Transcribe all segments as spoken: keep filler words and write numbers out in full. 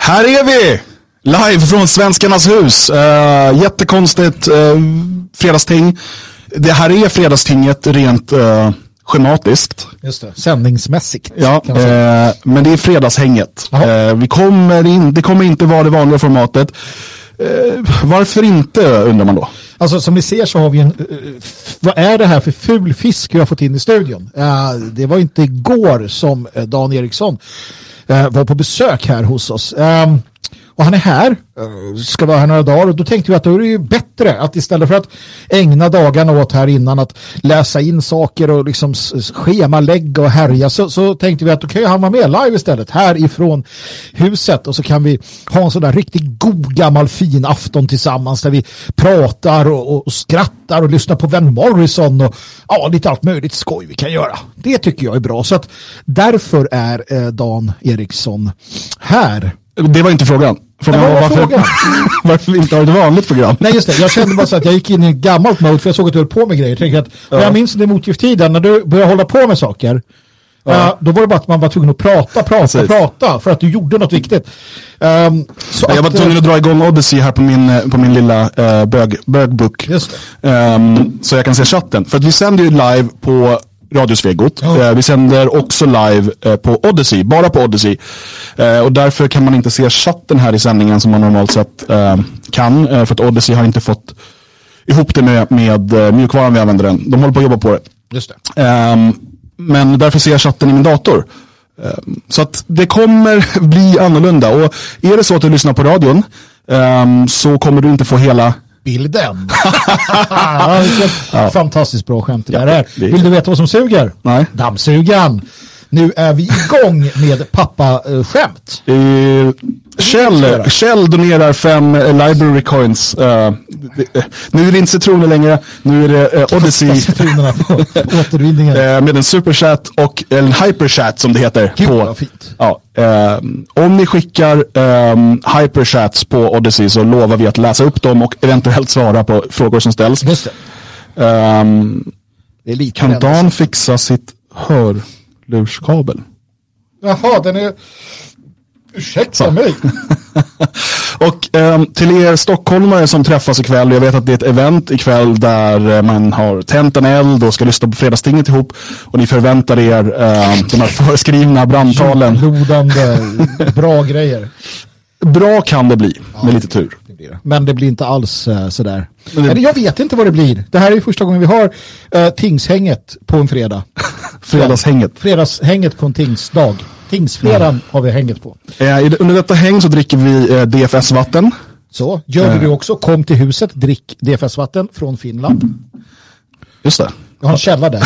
Här är vi! Live från Svenskarnas hus. Uh, jättekonstigt uh, fredagsting. Det här är fredagstinget rent uh, schematiskt. Just det, sändningsmässigt. Ja, uh, men det är fredagshänget. Uh, vi kommer in, det kommer inte vara det vanliga formatet. Uh, varför inte, undrar man då? Alltså som ni ser så har vi en, uh, f- vad är det här för ful fisk vi har fått in i studion? Uh, det var inte igår som uh, Dan Eriksson uh, var på besök här hos oss. Um, Och han är här, ska vara här några dagar, och då tänkte vi att då är det ju bättre att istället för att ägna dagarna åt här innan att läsa in saker och liksom schemalägga och härja, så, så tänkte vi att då kan han vara med live istället här ifrån huset, och så kan vi ha en sån där riktigt god gammal fin afton tillsammans där vi pratar och, och, och skrattar och lyssnar på Van Morrison och ja, lite allt möjligt skoj vi kan göra. Det tycker jag är bra, så att därför är eh, Dan Eriksson här. Det var inte frågan. Frågan var varför, frågan. varför vi inte har ett vanligt program. Nej, just det. Jag kände bara så att jag gick in i gammalt mode, för jag såg att du höll på med grejer. Jag tänkte att, ja. Jag minns det motgifttiden när du började hålla på med saker. Ja. Uh, då var det bara att man var tvungen att prata, prata, Precis. prata för att du gjorde något viktigt. Um, så jag att, var tvungen att dra igång Odyssey här på min, på min lilla uh, bög, bögbook. Just det. Um, så jag kan se chatten. För att vi sänder ju live på Radio Svegot. Ja. Uh, vi sänder också live uh, på Odyssey, bara på Odyssey. Uh, och därför kan man inte se chatten här i sändningen som man normalt sett uh, kan. Uh, för att Odyssey har inte fått ihop det med, med uh, mjukvaran vi använder den. De håller på att jobba på det. Just det. Um, men därför ser jag chatten i min dator. Um, så att det kommer bli annorlunda. Och är det så att du lyssnar på radion um, så kommer du inte få hela bilden. Ja, ja. Fantastiskt bra skämt det där ja, är. Det är. Vill du veta vad som suger? Nej. Dammsugan. Nu är vi igång med pappa-skämt. Uh, Kjell, Kjell donerar fem uh, library coins. Uh, uh, nu är det inte citroner längre. Nu är det uh, Odyssey. Citronerna på återvinningen. Uh, med en superchat och en hyperchat som det heter. Gud, på, vad fint. Ja, uh, om ni skickar um, hyperchats på Odyssey så lovar vi att läsa upp dem och eventuellt svara på frågor som ställs. Just det. Um, det är lite kan Dan fixa sitt hör... lurskabel. Jaha, den är... Ursäkta mig. Och eh, till er stockholmare som träffas ikväll, jag vet att det är ett event ikväll där eh, man har tänt en eld och ska lyssna på fredagstinget ihop, och ni förväntar er eh, de här föreskrivna brandtalen. Blodande, bra grejer. Bra kan det bli, ja, med lite tur. Det blir det. Men det blir inte alls uh, sådär. Det... Eller jag vet inte vad det blir. Det här är första gången vi har uh, tingshänget på en fredag. Fredagshänget. Fredagshänget på en tingsdag. Tingsfredagen ja. har vi hänget på. Eh, under detta häng så dricker vi eh, D F S-vatten. Så, gör du också. Kom till huset, drick D F S-vatten från Finland. Just det. Jag har en källa där.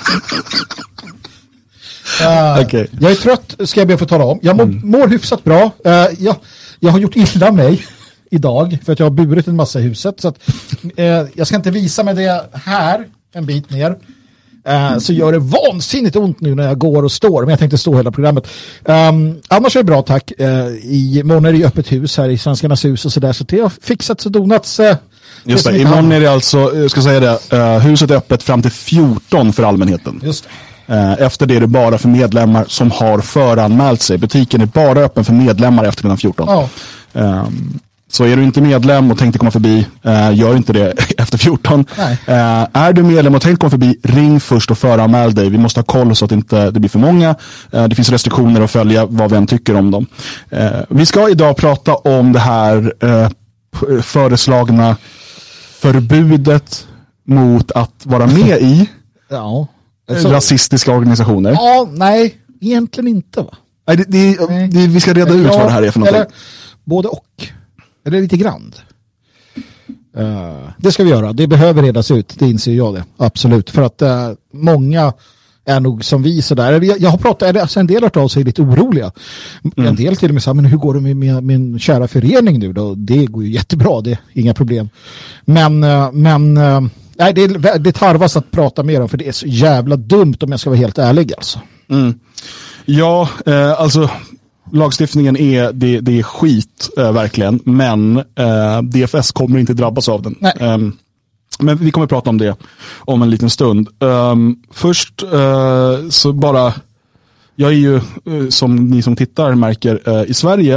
Uh, okay. Jag är trött, ska jag be att få tala om. Jag mår, mm. mår hyfsat bra. Uh, jag, jag har gjort illa mig idag för att jag har burit en massa i huset. Så att, uh, jag ska inte visa mig det här en bit ner. Uh, så gör det vansinnigt ont nu när jag går och står. Men jag tänkte stå hela programmet. Um, annars är det bra, tack. Uh, I morgon är det öppet hus här i Svenskarnas hus och sådär. Så det har fixats och donats. Uh, Just det, imorgon är det alltså, jag ska säga det, uh, huset är öppet fram till fjorton för allmänheten. Just det. Efter det är det bara för medlemmar som har föranmält sig. Butiken är bara öppen för medlemmar efter klockan fjorton. Ja. Um, så är du inte medlem och tänkte komma förbi, uh, gör inte det efter fjorton. Uh, är du medlem och tänkte komma förbi, ring först och föranmäl dig. Vi måste ha koll så att inte det blir för många. Uh, det finns restriktioner att följa vad vi än tycker om dem. Uh, vi ska idag prata om det här uh, föreslagna förbudet mot att vara med i ja. Så, rasistiska organisationer. Ja, nej, egentligen inte va? Nej, det, det, nej. Det, vi ska reda ut ja, vad det här är för någonting. Eller, både och. Eller lite grann. Uh, det ska vi göra. Det behöver redas ut. Det inser jag det. Absolut. För att uh, många är nog som vi sådär. Jag, jag har pratat, alltså en del av sig är lite oroliga. Mm. En del till och med sa, men hur går det med, med min kära förening nu då? Det går ju jättebra, det är inga problem. Men, uh, men uh, nej, det, det tarvas att prata mer om, för det är så jävla dumt om jag ska vara helt ärlig alltså. Mm. Ja, eh, alltså lagstiftningen är, det, det är skit eh, verkligen, men eh, D F S kommer inte drabbas av den. Eh, men vi kommer att prata om det om en liten stund. Eh, först eh, så bara, jag är ju eh, som ni som tittar märker eh, i Sverige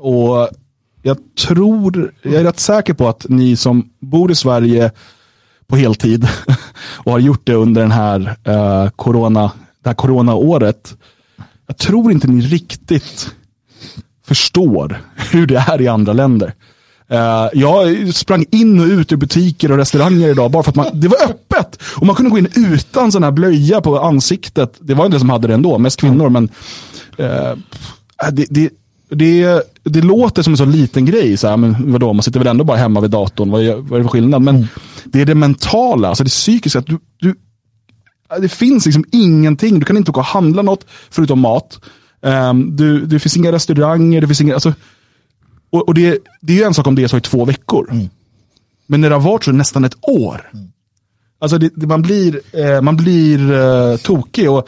och jag tror, jag är rätt säker på att ni som bor i Sverige på heltid och har gjort det under den här uh, corona, det här coronaåret, jag tror inte ni riktigt förstår hur det är i andra länder. Uh, jag sprang in och ut ur butiker och restauranger idag bara för att man, det var öppet och man kunde gå in utan sån här blöja på ansiktet. Det var en del som hade det ändå, mest kvinnor, men uh, det, det, det, det låter som en så liten grej så här, men vadå, man sitter väl ändå bara hemma vid datorn, vad är, vad är det för skillnad? Men mm. det är det mentala, alltså det psykiska, att du, du, det finns liksom ingenting, du kan inte gå och handla något förutom mat. Um, du, det finns inga restauranger, det finns inga, alltså. Och, och det, det är ju en sak om det är så i två veckor. Mm. Men när det har varit så nästan ett år. Mm. Alltså det, det, man blir, eh, man blir eh, tokig. Och,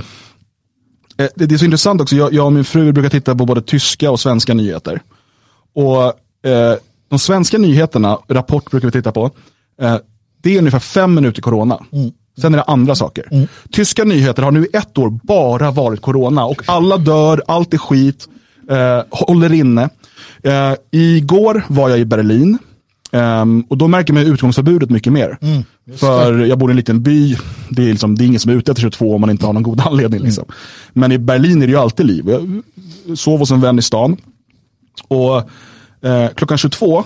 eh, det, det är så intressant också. Jag, jag och min fru brukar titta på både tyska och svenska nyheter. Och eh, de svenska nyheterna, Rapport brukar vi titta på. Eh, det är ungefär fem minuter corona. Mm. Sen är det andra saker. Mm. Tyska nyheter har nu i ett år bara varit corona. Och alla dör, allt är skit. Eh, håller inne. Uh, igår var jag i Berlin um, och då märker man utgångsförbudet mycket mer. Mm, för det. Jag bor i en liten by, det är, liksom, det är ingen som är ute efter tjugotvå om man inte har någon god anledning. Liksom. Mm. Men i Berlin är det ju alltid liv. Jag sov hos en vän i stan och uh, klockan tjugotvå,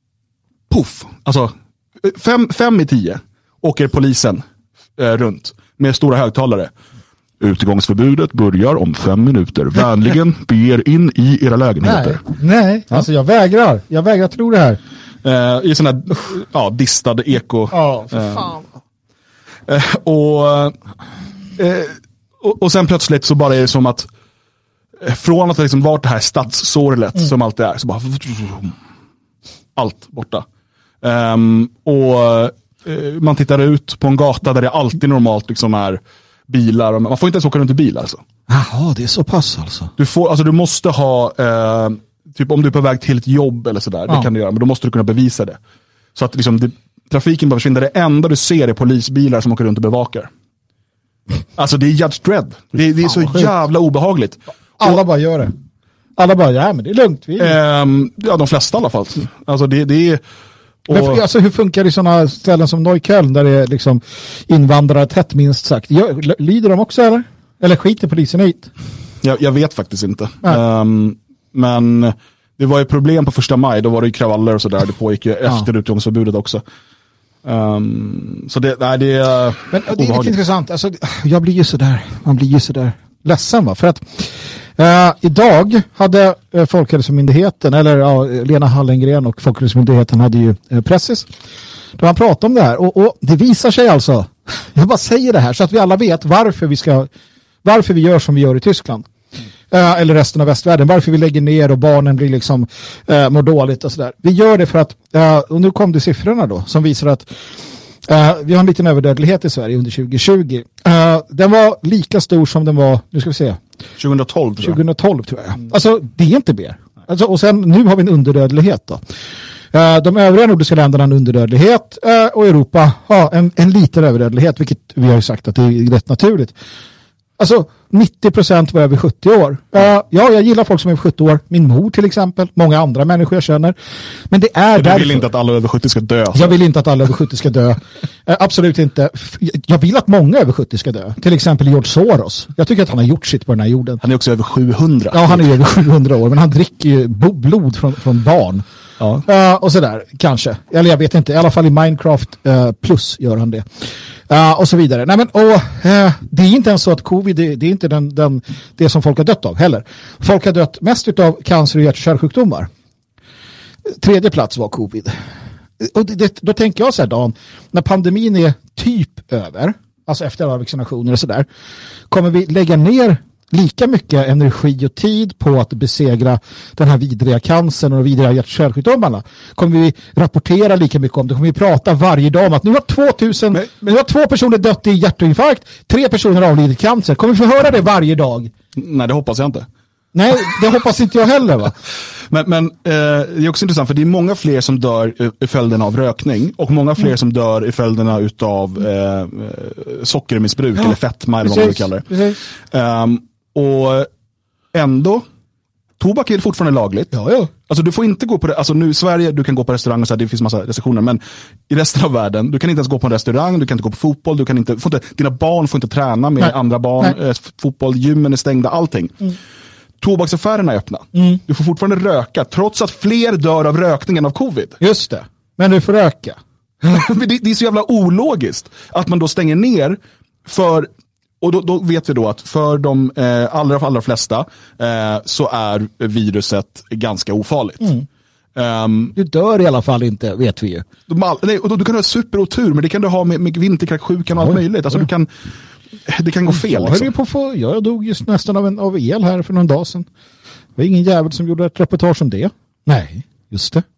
puff, alltså fem, fem i tio åker polisen uh, runt med stora högtalare. Utgångsförbudet börjar om fem minuter. Vänligen ber in i era lägenheter. Nej, nej. Ja. Alltså jag vägrar. Jag vägrar tro det här. Eh, I sån här ja, distad eko. Ja, för fan. Eh, och, eh, och, och sen plötsligt så bara är det som att från att det liksom varit det här stadssorlet mm. som alltid är, så bara allt borta. Um, och uh, man tittar ut på en gata där det alltid normalt liksom är bilar. Och man får inte ens åka runt i bil alltså. Jaha, det är så pass alltså. Du, får, alltså, du måste ha, eh, typ om du är på väg till ett jobb eller sådär, ja. Det kan du göra, men då måste du kunna bevisa det. Så att liksom, det, trafiken bara försvinner. Det enda du ser är polisbilar som åker runt och bevakar. Alltså det är Judge Dredd. Det, det är så jävla obehagligt. Alla och, bara gör det. Alla bara, ja men det är lugnt. Vi är... eh, ja, de flesta i alla fall. Alltså det, det är... Och... Men alltså, hur funkar det i sådana ställen som Neukölln där det är liksom invandrare tätt minst sagt? Gör, lyder de också eller? Eller skiter polisen hit? Jag, jag vet faktiskt inte. Um, men det var ju problem på första maj. Då var det ju kravaller och sådär. Det pågick ju ja. efter utgångsförbudet också. Um, så det, nej, det är Men det är lite intressant. Alltså, jag blir ju sådär. Man blir ju sådär ledsen va? För att Uh, idag hade uh, Folkhälsomyndigheten, eller ja, Lena Hallengren och Folkhälsomyndigheten hade ju uh, pressis. Då man pratade om det här. Och, och det visar sig alltså, jag bara säger det här så att vi alla vet varför vi ska, varför vi gör som vi gör i Tyskland. Uh, eller resten av västvärlden. Varför vi lägger ner och barnen blir liksom uh, mår dåligt och sådär. Vi gör det för att, uh, och nu kom det siffrorna då, som visar att Uh, vi har en liten överdödlighet i Sverige under tjugo tjugo. Uh, den var lika stor som den var, nu ska vi se. tjugo tolv tror jag. tjugo tolv tror jag. Mm. Alltså det är inte mer. Alltså, och sen nu har vi en underdödlighet då. Uh, de övriga nordiska länderna har en underdödlighet uh, och Europa har en, en liten överdödlighet, vilket vi har ju sagt att det är rätt naturligt. Alltså nittio procent var över sjuttio år. Uh, ja, jag gillar folk som är över sjuttio år. Min mor till exempel. Många andra människor jag känner. Men det är du därför... vill inte att alla över sjuttio ska dö? Alltså. Jag vill inte att alla över sjuttio ska dö. Uh, absolut inte. Jag vill att många över sjuttio ska dö. Till exempel George Soros. Jag tycker att han har gjort sitt på den här jorden. Han är också över sjuhundra. Ja, han är över sjuhundra år. Men han dricker ju blod från, från barn. Ja. Uh, och sådär, kanske. Eller jag vet inte. I alla fall i Minecraft uh, plus gör han det. Uh, och så vidare. Nej, men, och, uh, det är inte ens så att covid, det, det är inte den, den, det som folk har dött av heller. Folk har dött mest av cancer och hjärt- och kärlsjukdomar. Tredje plats var covid. Och det, det, då tänker jag så här, Dan, när pandemin är typ över, alltså efter alla vaccinationer och sådär, kommer vi lägga ner lika mycket energi och tid på att besegra den här vidriga cancern och vidriga hjärt- och kärlsjukdomarna? Kommer vi rapportera lika mycket om det? Kommer vi prata varje dag om att nu har tvåtusen, men, men, nu har två personer dött i hjärtinfarkt, tre personer har avlidit cancer. Kommer vi få höra det varje dag? Nej, det hoppas jag inte. Nej, det hoppas inte jag heller va? Men, men eh, det är också intressant för det är många fler som dör i, i följderna av rökning och många fler mm. som dör i följderna utav eh, sockermissbruk ja, eller fetma eller vad man kallar det. Um, och ändå Tobak är fortfarande lagligt. Ja, ja. Alltså du får inte gå på det, alltså nu i Sverige, du kan gå på restaurang och så här, det finns massa restriktioner, men i resten av världen, du kan inte ens gå på en restaurang, du kan inte gå på fotboll, du kan inte, får inte dina barn får inte träna med Nej. andra barn, eh, fotboll, gymmen är stängda, allting. Mm. Tobaksaffärerna är öppna. Mm. Du får fortfarande röka, trots att fler dör av rökningen av covid. Just det, men du får röka. det, det är så jävla ologiskt att man då stänger ner för, och då, då vet vi då att för de eh, allra, allra flesta eh, så är viruset ganska ofarligt. Mm. Um, du dör i alla fall inte, vet vi ju. De, nej, och då, du kan ha superotur, men det kan du ha med, med vinterkräksjukan och allt möjligt. Alltså, ja. du kan, det kan gå fel. Jag, liksom. på få, jag dog just nästan av, en, av el här för någon dag sedan. Det var ingen jävel som gjorde ett reportage om det. Nej, just det.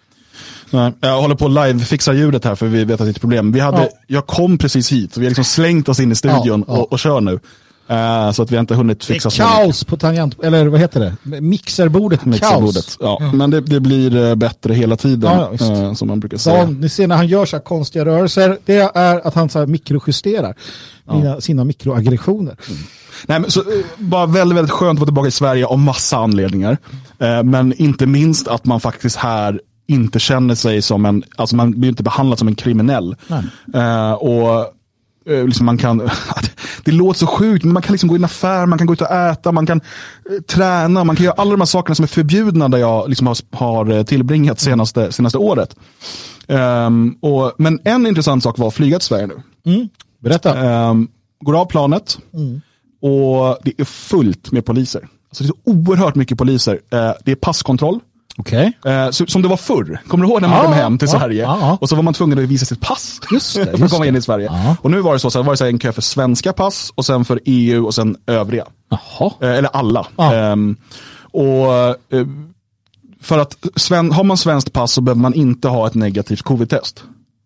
Nej, jag håller på att live-fixa ljudet här för vi vet att det är ett problem. Vi hade, ja. Jag kom precis hit och vi har liksom slängt oss in i studion ja, ja. Och, och kör nu. Uh, så att vi inte hunnit fixa. Det är kaos på tangent, eller vad heter det? Mixerbordet, Mixerbordet. Kaos. Ja. Mm. Men det, det blir uh, bättre hela tiden, ja, uh, som man brukar säga. Så, ni ser när han gör så här konstiga rörelser, det är att han så här mikrojusterar ja. mina, sina mikroaggressioner. Mm. Nej, men så, uh, bara väldigt, väldigt skönt att vara tillbaka i Sverige av massa anledningar. Uh, men inte minst att man faktiskt här inte känner sig som en, alltså man blir inte behandlad som en kriminell. Uh, och uh, liksom man kan, det låter så sjukt, men man kan liksom gå i en affär, man kan gå ut och äta, man kan uh, träna, man kan göra alla de här sakerna som är förbjudna där jag liksom har, har tillbringat senaste, senaste året. Um, och, men en intressant sak var att flyga till Sverige nu. Mm. Berätta. Um, går av planet mm. och det är fullt med poliser. Alltså det är så oerhört mycket poliser. Uh, det är passkontroll. Okay. Eh, så, som det var förr. Kommer du ihåg när man ah, kom hem till ah, Sverige? Ah, ah. Och så var man tvungen att visa sitt pass just det, för att komma in i Sverige. Ah. Och nu var det så, så var det så en kö för svenska pass och sen för E U och sen övriga. Eh, eller alla. Ah. Eh, och eh, för att sven, har man svenskt pass så behöver man inte ha ett negativt covid-test.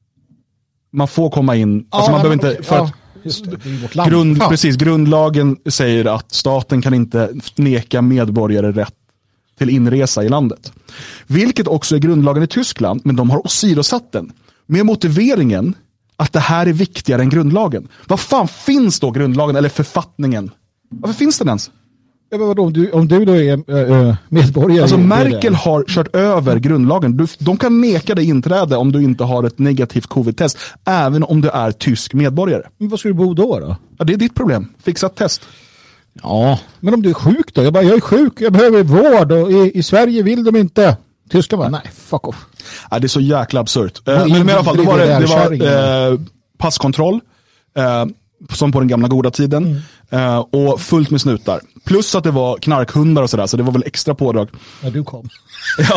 Man får komma in, ah, alltså man nej, behöver inte, okay. för ah. att Just det, det är vårt land. Grund, precis, grundlagen säger att staten kan inte neka medborgare rätt till inresa i landet. Vilket också är grundlagen i Tyskland, men de har åsidosatt den. Med motiveringen att det här är viktigare än grundlagen. Vad fan finns då grundlagen eller författningen? Varför finns den ens? Ja, men vadå, om, du, om du då är äh, medborgare... Alltså Merkel har kört över grundlagen. Du, de kan neka dig inträde om du inte har ett negativt covid-test. Även om du är tysk medborgare. Men vad ska du bo då då? Ja, det är ditt problem. Fixa ett test. Ja, men om du är sjuk då? Jag bara, jag är sjuk, jag behöver vård och i, i Sverige vill de inte. Tyskland bara, nej, fuck off. Ja, det är så jäkla absurt. Men, men i alla fall, då var det, det var eh, passkontroll eh, som på den gamla goda tiden mm. eh, och fullt med snutar. Plus att det var knarkhundar och sådär, så det var väl extra pådrag. När du kom. Ja,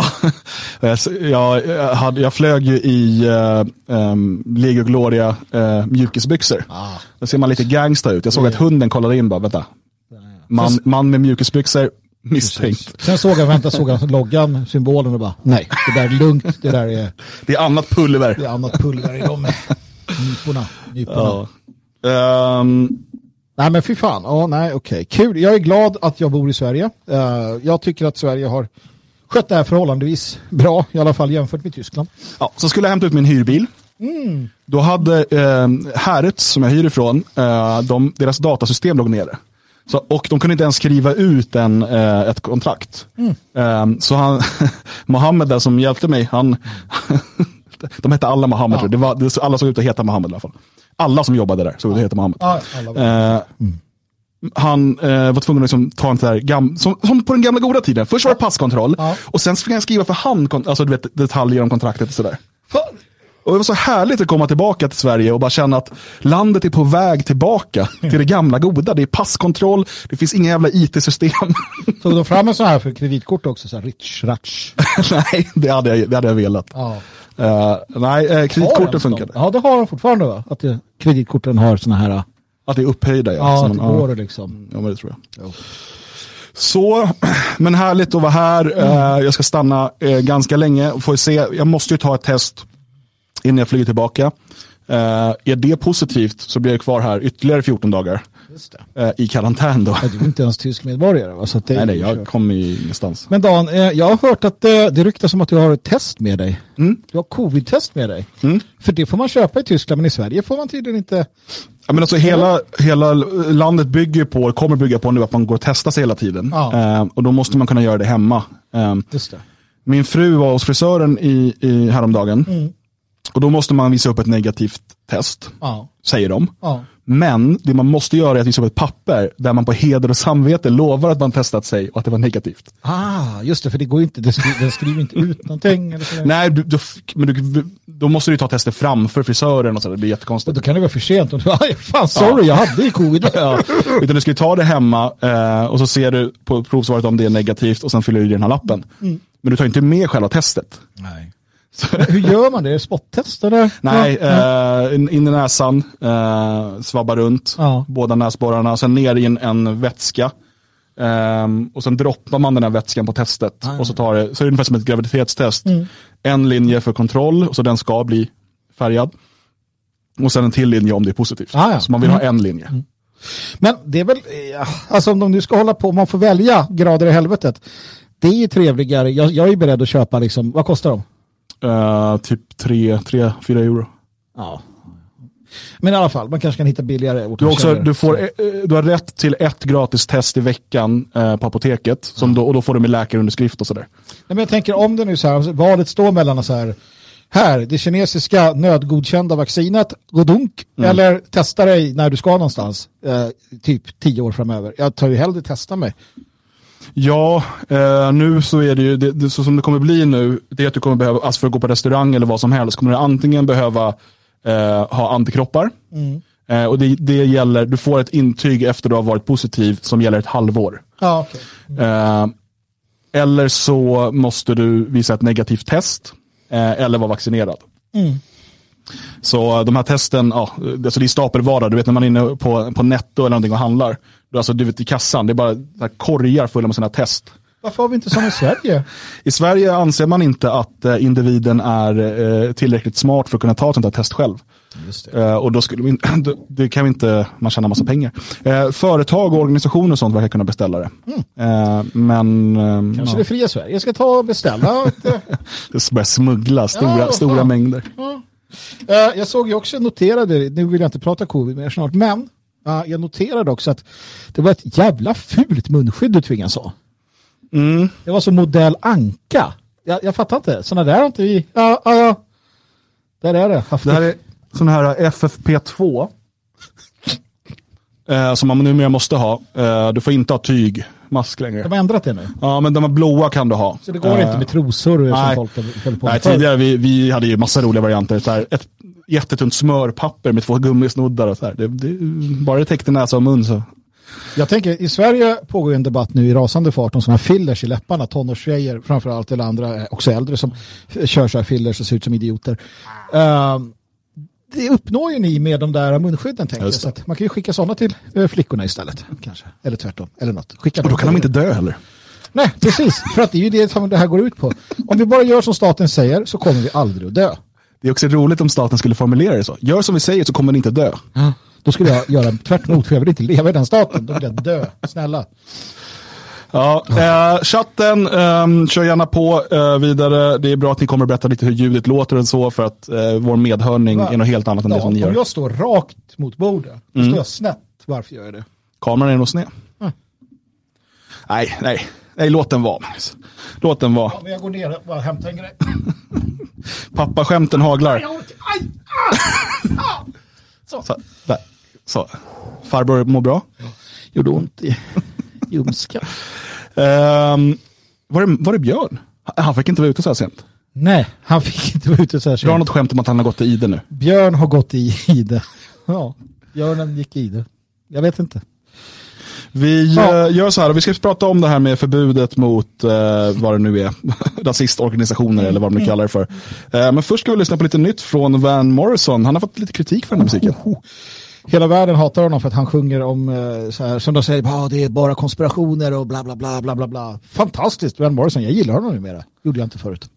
jag, jag, hade, jag flög ju i uh, um, Lego Gloria uh, mjukisbyxor. Ah. Då ser man lite gangsta ut. Jag såg mm. att hunden kollade in bara, vänta. Man, man med mjukisbyxor, misstänkt. Sen såg jag, vänta, såg jag loggan, symbolen och bara, nej, det där är lugnt, det där är... Det är annat pulver. Det är annat pulver i de nyporna. nyporna. Ja. Um... Nej men fy fan, oh, nej okej. Okay. Kul, jag är glad att jag bor i Sverige. Uh, jag tycker att Sverige har skött det här förhållandevis bra, i alla fall jämfört med Tyskland. Ja, så skulle jag hämta ut min hyrbil. Mm. Då hade eh, Herret som jag hyr ifrån, eh, de, deras datasystem låg nere. Så, och de kunde inte ens skriva ut en, eh, ett kontrakt. Mm. Eh, så han, Mohammed där som hjälpte mig, han de hette alla Mohammed. Ja. Det var, det, alla såg ut att heta Mohammed i alla fall. Alla som jobbade där såg ut att heta Mohammed. Ja, eh, mm. Han eh, var tvungen att liksom ta en sån här gam- som, som på den gamla goda tiden. Först var det passkontroll ja. Och sen fick han skriva för hand, alltså du vet, detaljer om kontraktet och sådär. Och det var så härligt att komma tillbaka till Sverige och bara känna att landet är på väg tillbaka till det gamla goda. Det är passkontroll, det finns inga jävla I T-system. Tog de fram en sån här för kreditkort också? Så här rich, ratch. Nej, det hade jag, det hade jag velat. Ja. Uh, nej, eh, kreditkorten funkade. Ja, det har de fortfarande va? Att det, kreditkorten har såna här... Att det är upphöjda, ja. Ja, som, att det går ja. liksom. Ja, men det tror jag. Jo. Så, men härligt att vara här. Mm. Uh, jag ska stanna uh, ganska länge och får se. Jag måste ju ta ett test innan jag flyger tillbaka. Uh, är det positivt så blir jag kvar här ytterligare fjorton dagar. Just det. Eh, i karantän då. Ja, du är inte ens tysk medborgare, va? Så att det nej, nej, jag kommer ju ingenstans. Men Dan, eh, jag har hört att eh, det ryktas som att du har ett test med dig. Mm. Du har covid-test med dig. Mm. För det får man köpa i Tyskland, men i Sverige får man tydligen inte... Ja, men alltså hela, hela landet bygger på, kommer bygga på nu att man går och testar sig hela tiden. Ja. Eh, och då måste man kunna göra det hemma. Eh, Just det. Min fru var hos frisören i, i häromdagen. Mm. Och då måste man visa upp ett negativt test, ja. säger de. Ja. Men det man måste göra är att visa upp ett papper där man på heder och samvete lovar att man testat sig och att det var negativt. Ah, just det, för det går inte, det skriver, den skriver inte ut någonting. Eller så. Nej, du, du, men du, då måste du ta testet framför frisören och så, det blir jättekonstigt. Då kan det vara för sent. Och du, fan, sorry, ja. jag hade ju covid. Ja. Utan du ska ta det hemma eh, och så ser du på provsvaret om det är negativt och sen fyller du i den här lappen. Mm. Men du tar inte med själva testet. Nej. Hur gör man det? Är det spottest eller? Nej, ja. eh, in, in i näsan, eh, svabba runt, ja. båda näsborrarna, sen ner i en, en vätska. Eh, och sen droppar man den här vätskan på testet. Ah, och så tar det, så är det ungefär som ett graviditetstest. Mm. En linje för kontroll, och så den ska bli färgad. Och sen en till linje om det är positivt. Ah, ja. Så man vill mm. ha en linje. Mm. Men det är väl, alltså om de nu ska hålla på, man får välja grader i helvetet. Det är ju trevligare, jag, jag är beredd att köpa liksom, vad kostar de? Uh, typ tre, tre, fyra euro. Ja. Men i alla fall, man kanske kan hitta billigare. Du, också, du, får, du har rätt till ett gratis test i veckan uh, på apoteket. Som då, och då får du med läkarunderskrift och sådär. Nej, men jag tänker om det nu så här, valet står mellan så här, här, det kinesiska nödgodkända vaccinet, godunk, mm. eller testa dig när du ska någonstans, uh, typ tio år framöver. Jag tar ju hellre testa mig. Ja, eh, nu så är det ju, det, det, så som det kommer bli nu, det är att du kommer behöva, alltså för att gå på restaurang eller vad som helst, kommer du antingen behöva eh, ha antikroppar. Mm. Eh, och det, det gäller, du får ett intyg efter du har varit positiv som gäller ett halvår. Ah, okay. Mm. eh, eller så måste du visa ett negativt test eh, eller vara vaccinerad. Mm. Så de här testen, ja, alltså det är stapelvara. Du vet när man är inne på, på Netto eller någonting och handlar. Du, alltså, du vet i kassan, det är bara där korgar fulla med sådana test. Varför har vi inte sådana i Sverige? I Sverige anser man inte att eh, individen är eh, tillräckligt smart för att kunna ta ett sånt här test själv. Just det. Eh, och då skulle vi, det kan vi inte, man tjänar massa pengar. Eh, företag och organisationer och sånt verkar kunna beställa det. Mm. Eh, men eh, kanske ja. Det fria Sverige ska ta och beställa. Det börjar smuggla stora, ja, stora mängder. Ja. Uh, jag såg ju också, noterade, nu vill jag inte prata covid mer snart, men uh, jag noterade också att det var ett jävla fult munskydd du tvingas ha. Mm. Det var som modell Anka. Jag, jag fattar inte, sådana där har inte vi. Ja, ja, ja. Där är det. Det här är sån här F F P två uh, som man numera måste ha. Uh, du får inte ha tyg. Mask längre. De har ändrat det nu? Ja, men de här blåa kan du ha. Så det går uh, inte med trosor nej, som folk höll på nej, tidigare vi, vi hade ju massa roliga varianter. Så här, ett jättetunt smörpapper med två gummisnoddar och så här. Det, det, bara det täckte näsa och mun så. Jag tänker, i Sverige pågår en debatt nu i rasande fart om sådana fillers i läpparna. Tonårstjejer, framförallt, eller andra, också äldre, som kör så här fillers och ser ut som idioter. Uh, det uppnår ju ni med de där munskydden, tänker jag. Så att man kan ju skicka sådana till uh, flickorna istället. Kanske. Eller tvärtom. Eller något. Skicka och då kan de inte dö heller. Nej, precis. För att det är ju det som det här går ut på. Om vi bara gör som staten säger så kommer vi aldrig att dö. Det är också roligt om staten skulle formulera det så. Gör som vi säger så kommer ni inte dö. Ja. Då skulle jag göra tvärt emot, för jag vill inte leva i den staten. Då vill jag dö. Snälla. Ja, eh, chatten, eh, kör gärna på eh, vidare. Det är bra att ni kommer att berätta lite hur ljudet låter och så, för att eh, vår medhörning Va? är något helt annat än ja, det som ni gör. Om jag står rakt mot bordet, då mm. står jag snett. Varför gör jag det? Kameran är nog sned. Mm. Nej, nej. Nej, låt den vara. Låt den vara. Ja, men jag går ner och bara hämtar en grej. Pappa skämten haglar. Aj, ah, så. Så, där. Så. Farbror mår bra. Gjorde ont i ljumskan. um, var, det, var det Björn? Han fick inte vara ute så här sent. Nej, han fick inte vara ute så här sent. Jag har något skämt om att han har gått i ide nu. Björn har gått i ide. Ja, Björnen gick i det. Jag vet inte. Vi ja. gör så här, och vi ska prata om det här med förbudet mot eh, vad det nu är, rasistorganisationer eller vad man kallar det för. Eh, men först ska vi lyssna på lite nytt från Van Morrison. Han har fått lite kritik för den här musiken. Oh, oh. Hela världen hatar honom för att han sjunger om eh, så här, som de säger, ah, det är bara konspirationer och bla bla bla bla bla bla. Fantastiskt, Van Morrison, jag gillar honom numera. Gjorde jag inte förut. Ja.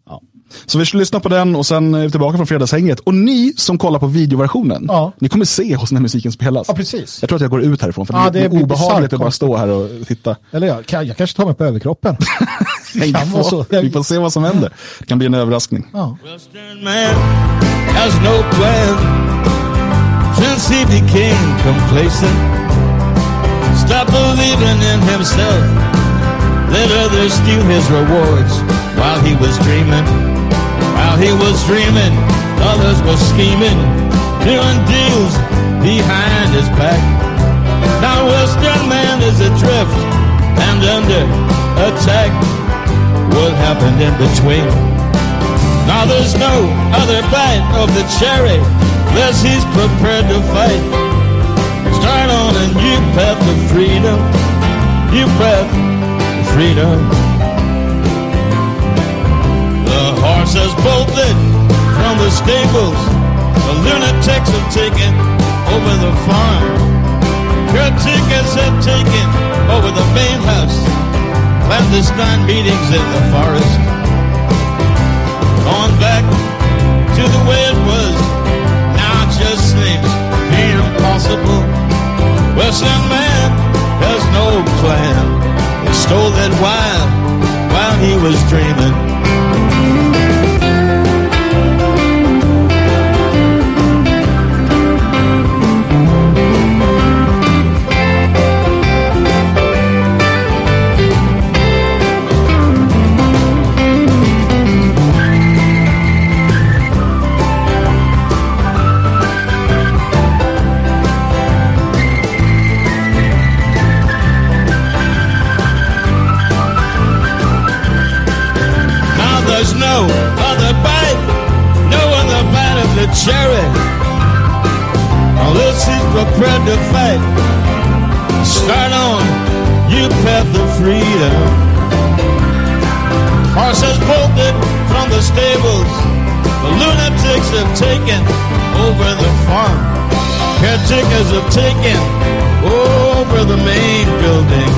Så vi skulle lyssna på den och sen är vi tillbaka från fredagshänget. Och ni som kollar på videoversionen, ja. Ni kommer se hos när musiken spelas. Ja, precis. Jag tror att jag går ut härifrån för ja, det är det obehagligt att bara stå här och titta. Eller jag, kan, jag kanske tar mig på överkroppen. Nej, får, så. Vi får se vad som händer. Det kan bli en överraskning. Ja. Western man has no plan since he became complacent. Stop believing in himself. Let others steal his rewards while he was dreaming. While he was dreaming, others were scheming, doing deals behind his back. Now Western man is adrift and under attack. What happened in between? Now there's no other bite of the cherry unless he's prepared to fight. Start on a new path of freedom, new path of freedom. The horses bolted from the stables, the lunatics have taken over the farm. Caretakers have taken over the main house, clandestine meetings in the forest. Going back to the way it was, now it just seems impossible. Western man has no plan. He stole that wild while he was dreaming. There's no other bite, no other bite of the cherry, unless he's prepared to fight. Start on your path of freedom. Horses bolted from the stables, the lunatics have taken over the farm. Caretakers have taken over the main building.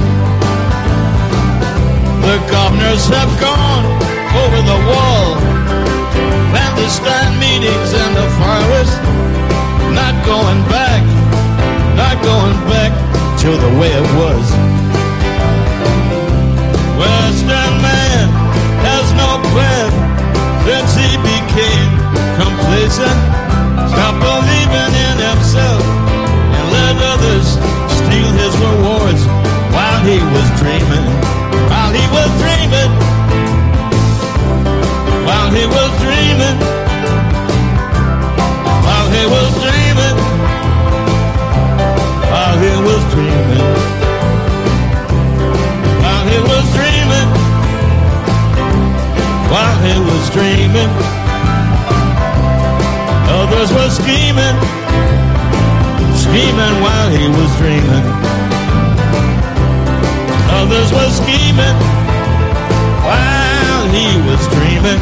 The governors have gone over the wall, clandestine meetings in the forest. Not going back, not going back to the way it was. Western man has no plan since he became complacent. Stop believing in himself and let others steal his rewards while he was dreaming. While he was dreaming. While he was dreaming, while he was dreaming, while he was dreaming, while he was dreaming, while he was dreaming, others were scheming, scheming while he was dreaming, others were scheming while he was dreaming.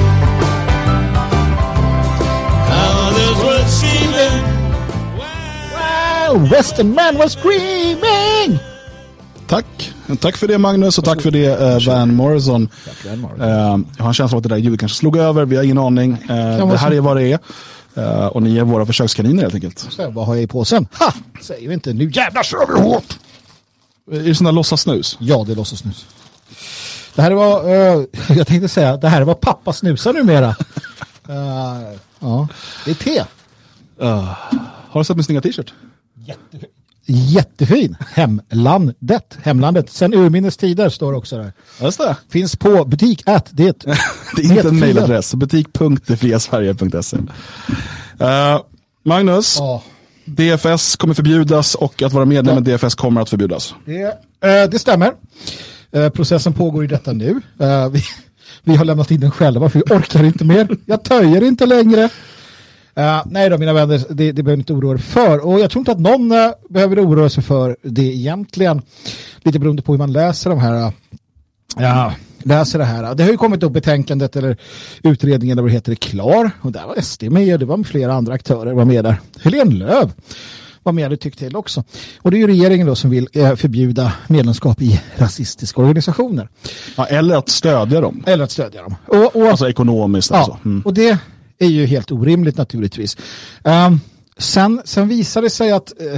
Others were scheming. Wow, Western man was screaming. Tack. Tack för det, Magnus, och tack för det, uh, Van Morrison. Tack, Van Morrison. Uh, jag har en känsla av att det där ljudet kanske slog över. Vi har ingen aning. Uh, det här är vad det är. Uh, och ni är våra försökskaniner helt enkelt. Så, vad har jag i påsen? Ha! Säger vi inte, nu jävlar kör vi hårt. Är det sån där låtsasnus? Ja, det är låtsasnus. Det här var, uh, jag tänkte säga, det här var pappa snusar numera. uh, ja, det är te. Uh, har du sett min snygga t-shirt? Jättefin. Jättefin. Hemlandet. Hemlandet. Sen urminnes tider står också där. Just det. Finns på butik at det. Det är inte en mejladress. butik punkt det fria sverige punkt se. uh, Magnus, oh. D F S kommer förbjudas och att vara medlem i ja. D F S kommer att förbjudas. Det, uh, det stämmer. Uh, processen pågår i detta nu. Uh, vi, vi har lämnat in den själva för vi orkar inte mer. Jag töjer inte längre. Uh, nej då, mina vänner, det, det behöver inte oroa er för. Och jag tror inte att någon uh, behöver oroa sig för det egentligen. Lite beroende på hur man läser de här. Uh, ja, läser det här. Det har ju kommit upp betänkandet eller utredningen där det heter klar. Och där var S D med, det var med flera andra aktörer var med där. Helene Lööw vad mer hade tyckt till också. Och det är ju regeringen då som vill eh, förbjuda medlemskap i rasistiska organisationer. Ja, eller att stödja dem. Eller att stödja dem. Och, och, alltså ekonomiskt. Ja, alltså. Mm. och det är ju helt orimligt naturligtvis. Um, sen, sen visar det sig att uh,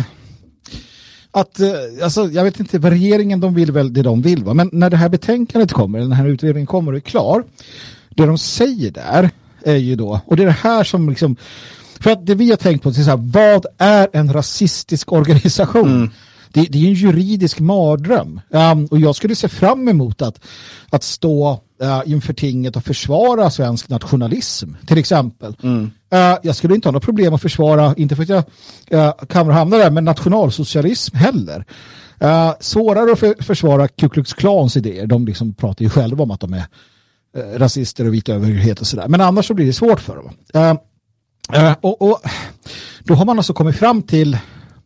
att, uh, alltså, jag vet inte vad regeringen, de vill väl det de vill, va? Men när det här betänkandet kommer, eller den här utredningen kommer och är klar, det de säger där är ju då, och det är det här som liksom, för att det vi har tänkt på, det är så här, vad är en rasistisk organisation? Mm. Det, det är en juridisk mardröm. Um, och jag skulle se fram emot att, att stå uh, inför tinget och försvara svensk nationalism, till exempel. Mm. Uh, jag skulle inte ha något problem att försvara, inte för att jag uh, kan hamna där, men nationalsocialism heller. Uh, svårare att för, försvara Ku Klux Klans idéer. De liksom pratar ju själva om att de är uh, rasister och vita överhuvudhet och sådär. Men annars så blir det svårt för dem. Uh, uh, och, och då har man alltså kommit fram till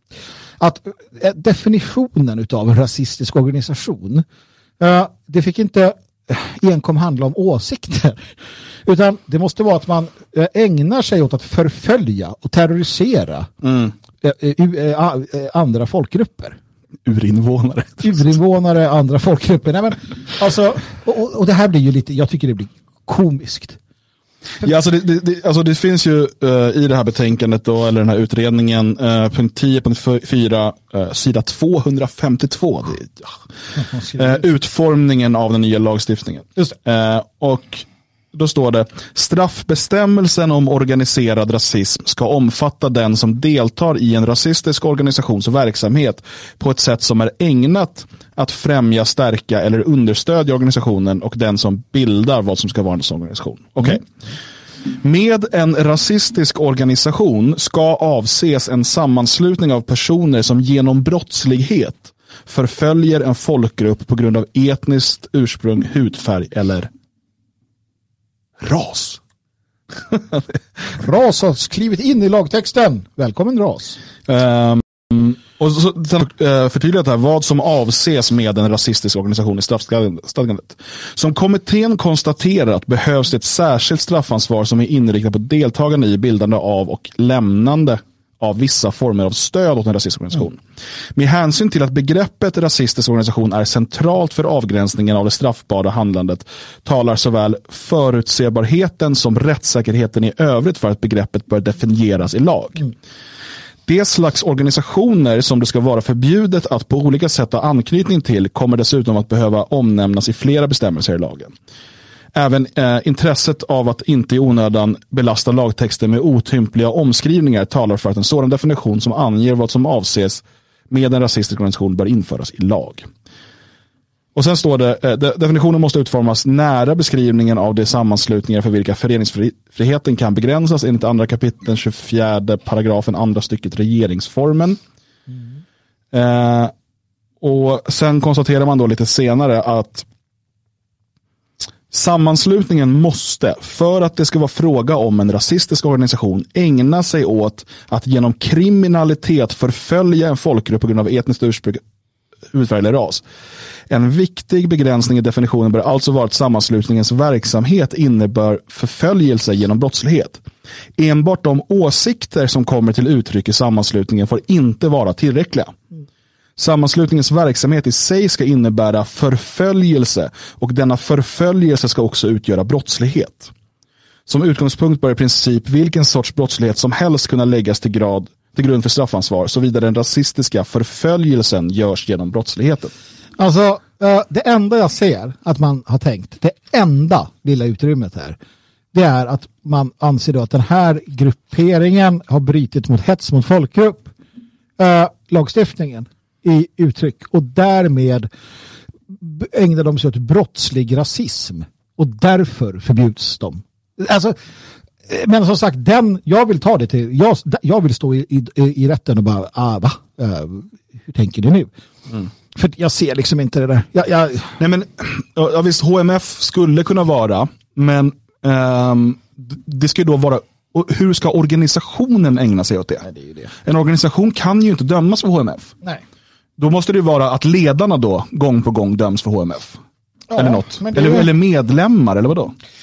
att definitionen utav en rasistisk organisation, uh, det fick inte enkom handla om åsikter, utan det måste vara att man uh, ägnar sig åt att förfölja och terrorisera mm. uh, uh, uh, uh, andra folkgrupper. Urinvånare. Urinvånare, andra folkgrupper. Nej, men, alltså, och, och det här blir ju lite, jag tycker det blir komiskt. Ja, alltså det, det, alltså det finns ju uh, i det här betänkandet då, eller den här utredningen, uh, punkt tio, punkt fyra, uh, sida tvåhundrafemtiotvå. Det, uh, utformningen av den nya lagstiftningen. Just uh, och då står det: straffbestämmelsen om organiserad rasism ska omfatta den som deltar i en rasistisk organisations verksamhet på ett sätt som är ägnat att främja, stärka eller understödja organisationen och den som bildar vad som ska vara en sån organisation. Okej. Okay. Mm. Med en rasistisk organisation ska avses en sammanslutning av personer som genom brottslighet förföljer en folkgrupp på grund av etniskt ursprung, hudfärg eller ras. Ras har skrivit in i lagtexten. Välkommen ras. Um, och så, sen uh, förtydligat här vad som avses med en rasistisk organisation i straffstadgandet. Som kommittén konstaterar att behövs ett särskilt straffansvar som är inriktat på deltagande i, bildande av och lämnande av vissa former av stöd åt en rasistisk organisation. Mm. Med hänsyn till att begreppet rasistisk organisation är centralt för avgränsningen av det straffbara handlandet talar såväl förutsebarheten som rättssäkerheten i övrigt för att begreppet bör definieras i lag. Mm. Det slags organisationer som det ska vara förbjudet att på olika sätt ha anknytning till kommer dessutom att behöva omnämnas i flera bestämmelser i lagen. Även eh, intresset av att inte i onödan belasta lagtexten med otympliga omskrivningar talar för att en sådan definition som anger vad som avses med en rasistisk organisation bör införas i lag. Och sen står det, eh, definitionen måste utformas nära beskrivningen av de sammanslutningar för vilka föreningsfriheten kan begränsas enligt andra kapiteln tjugofjärde paragrafen andra stycket regeringsformen. Mm. Eh, och sen konstaterar man då lite senare att sammanslutningen måste, för att det ska vara fråga om en rasistisk organisation, ägna sig åt att genom kriminalitet förfölja en folkgrupp på grund av etniskt ursprung, hudfärg eller ras. En viktig begränsning i definitionen bör alltså vara att sammanslutningens verksamhet innebär förföljelse genom brottslighet. Enbart de åsikter som kommer till uttryck i sammanslutningen får inte vara tillräckliga. Sammanslutningens verksamhet i sig ska innebära förföljelse och denna förföljelse ska också utgöra brottslighet. Som utgångspunkt bör i princip vilken sorts brottslighet som helst kunna läggas till, grad, till grund för straffansvar såvida den rasistiska förföljelsen görs genom brottsligheten. Alltså, det enda jag ser att man har tänkt, det enda lilla utrymmet här, det är att man anser då att den här grupperingen har brytit mot hets mot folkgrupp, äh, lagstiftningen i uttryck, och därmed ägnar de sig åt brottslig rasism och därför förbjuds de. Alltså, men som sagt, den, jag vill ta det till, jag, jag vill stå i, i, i rätten och bara, ah, va? Uh, hur tänker du nu? Mm. För jag ser liksom inte det där. Jag, jag... Nej, men ja, visst, H M F skulle kunna vara, men um, det ska ju då vara, och hur ska organisationen ägna sig åt det? Nej, det är ju det. En organisation kan ju inte dömas för H M F. Nej. Då måste det ju vara att ledarna då gång på gång döms för H M F. Ja, eller något. Eller, ju... eller medlemmar, eller vad då?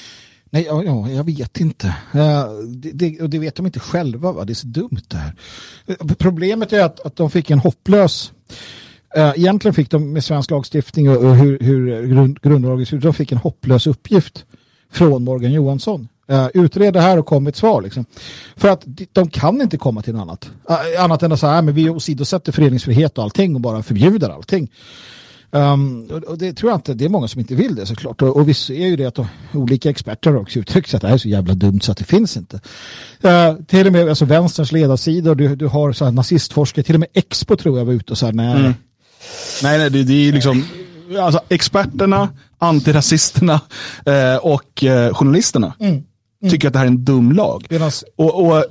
Nej, ja, ja, jag vet inte. Uh, det, det, och det vet de inte själva, va? Det är så dumt det här. Uh, problemet är att, att de fick en hopplös... Uh, egentligen fick de med svensk lagstiftning och, och hur, hur grund, grundlagen ser ut, de fick en hopplös uppgift från Morgan Johansson. Uh, utreda här och kom med ett svar. Liksom. För att de, de kan inte komma till något annat. Uh, annat än att säga, men vi åsidosätter föreningsfrihet och allting och bara förbjuder allting. Um, och, och det tror jag inte, det är många som inte vill det såklart. Och, och vi ser ju det att de, olika experter har också uttryckt att det här är så jävla dumt så att det finns inte. Uh, till och med alltså, vänsterns ledarsidor, du, du har så här, nazistforskare, till och med Expo tror jag var ute och sa nej. Mm. Nej, nej, det, det är liksom alltså, experterna, antirasisterna eh, och eh, journalisterna mm. Mm. tycker att det här är en dum lag. Medans... Och, och...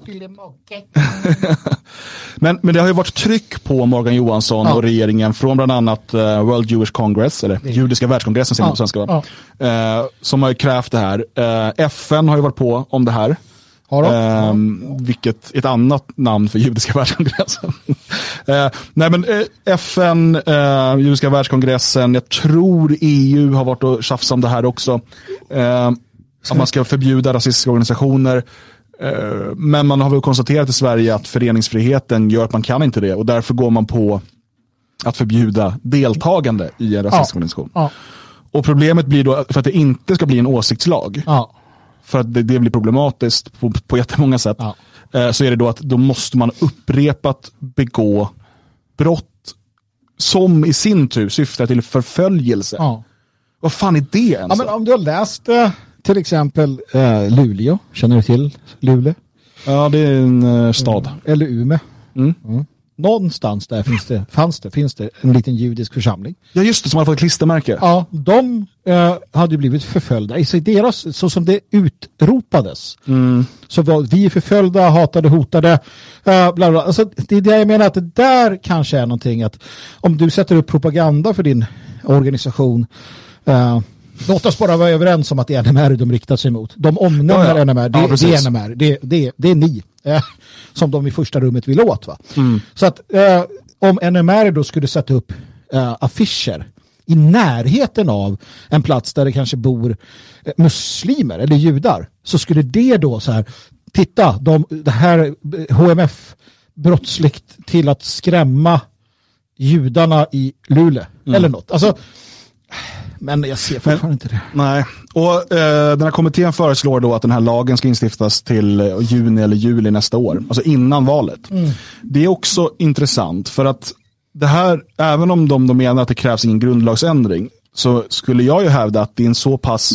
men, men det har ju varit tryck på Morgan Johansson ja. och regeringen från bland annat uh, World Jewish Congress, eller det. Judiska världskongressen ja. på svenska, ja. uh, som har ju krävt det här. Uh, F N har ju varit på om det här. Har de? Uh, ja. Vilket ett annat namn för Judiska världskongressen. uh, nej men uh, F N, uh, Judiska världskongressen, jag tror E U har varit och tjafsat om det här också. Uh, att man ska förbjuda rasistiska organisationer. Uh, men man har väl konstaterat i Sverige att föreningsfriheten gör att man kan inte det. Och därför går man på att förbjuda deltagande i en rasistisk ja. organisation. Ja. Och problemet blir då, för att det inte ska bli en åsiktslag. Ja. För att det, det blir problematiskt på, på jättemånga sätt. Ja. Uh, så är det då att då måste man upprepat begå brott som i sin tur syftar till förföljelse. Ja. Vad fan är det ens? Ja, men om du har läst... Uh... Till exempel eh, Luleå. Känner du till Luleå? Ja, det är en eh, stad. Mm. Eller Umeå. Mm. Mm. Någonstans där finns det, fanns det, finns det en liten judisk församling. Ja, just det, som har fått klistermärke. Ja, de eh, hade blivit förföljda. I deras, så som det utropades. Mm. Så var vi förföljda, hatade, hotade. Eh, bla bla. Alltså, det är det jag menar, att det där kanske är någonting att om du sätter upp propaganda för din organisation... Eh, låt oss bara vara överens om att det är N M R de riktar sig emot. De omnämner ja, ja. N M R. Det, ja, det är N M R. Det, det, det är ni. Eh, som de i första rummet vill åt. Va? Mm. Så att eh, om N M R då skulle sätta upp eh, affischer i närheten av en plats där det kanske bor eh, muslimer eller judar, så skulle det då så här, titta, de, det här H M F brottsligt till att skrämma judarna i Luleå. Mm. Eller något. Alltså men jag ser fortfarande inte det. Nej, och eh, den här kommittén föreslår då att den här lagen ska instiftas till eh, juni eller juli nästa år. Alltså innan valet. Mm. Det är också intressant för att det här, även om de, de menar att det krävs ingen grundlagsändring, så skulle jag ju hävda att det är en så pass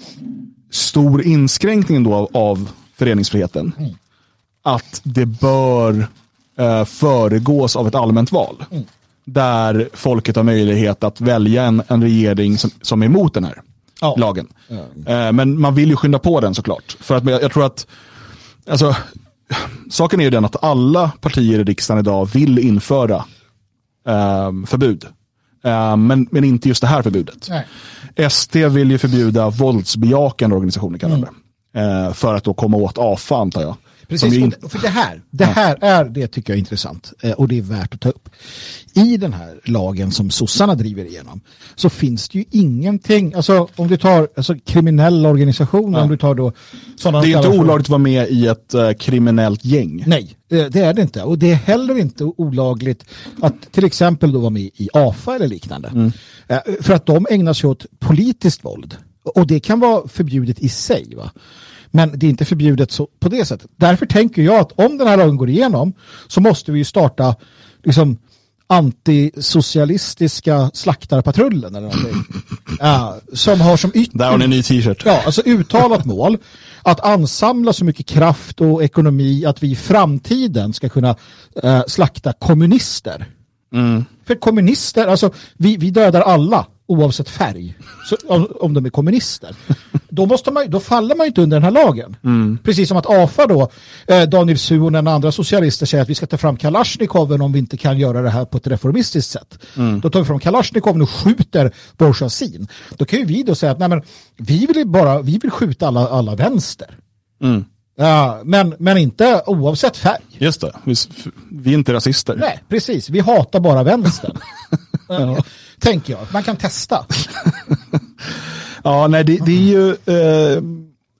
stor inskränkning då av, av föreningsfriheten mm. att det bör eh, föregås av ett allmänt val. Mm. Där folket har möjlighet att välja en, en regering som, som är emot den här ja. lagen. Ja. Eh, men man vill ju skynda på den såklart. För att jag, jag tror att alltså, saken är ju den att alla partier i riksdagen idag vill införa eh, förbud. Eh, men, men inte just det här förbudet. Nej. S D vill ju förbjuda våldsbejakande organisationer kallar mm. det. Eh, för att då komma åt A F A antar jag. Precis, in... för det här, det här är, det tycker jag är intressant eh, och det är värt att ta upp. I den här lagen som sossarna driver igenom så finns det ju ingenting, alltså om du tar alltså, kriminella organisationer, ja. om du tar då sådana... Det är inte olagligt att vara med i ett uh, kriminellt gäng. Nej, det, det är det inte. Och det är heller inte olagligt att till exempel då vara med i A F A eller liknande. Mm. Eh, för att de ägnar sig åt politiskt våld. Och det kan vara förbjudet i sig, va? Men det är inte förbjudet så, på det sättet. Därför tänker jag att om den här lagen går igenom så måste vi ju starta liksom antisocialistiska slaktarpatrullen eller någonting. uh, som har som ytterligare... Där har ni en ny t-shirt. Ja, alltså uttalat mål att ansamla så mycket kraft och ekonomi att vi i framtiden ska kunna uh, slakta kommunister. Mm. För kommunister, alltså vi, vi dödar alla oavsett färg. Så, om, om de är kommunister. Då, måste man, då faller man ju inte under den här lagen. Mm. Precis som att A F A då, eh, Daniel Suhonen och andra socialister säger att vi ska ta fram Kalashnikoven om vi inte kan göra det här på ett reformistiskt sätt. Mm. Då tar vi fram Kalashnikoven och skjuter bourgeoisien. Då kan ju vi då säga att nej, men, vi vill bara vi vill skjuta alla, alla vänster. Mm. Ja, men, men inte oavsett färg. Just det, vi, vi är inte rasister. Nej, precis. Vi hatar bara vänstern. Ja. Tänker jag. Man kan testa. Ja, nej, det, det är ju... Eh,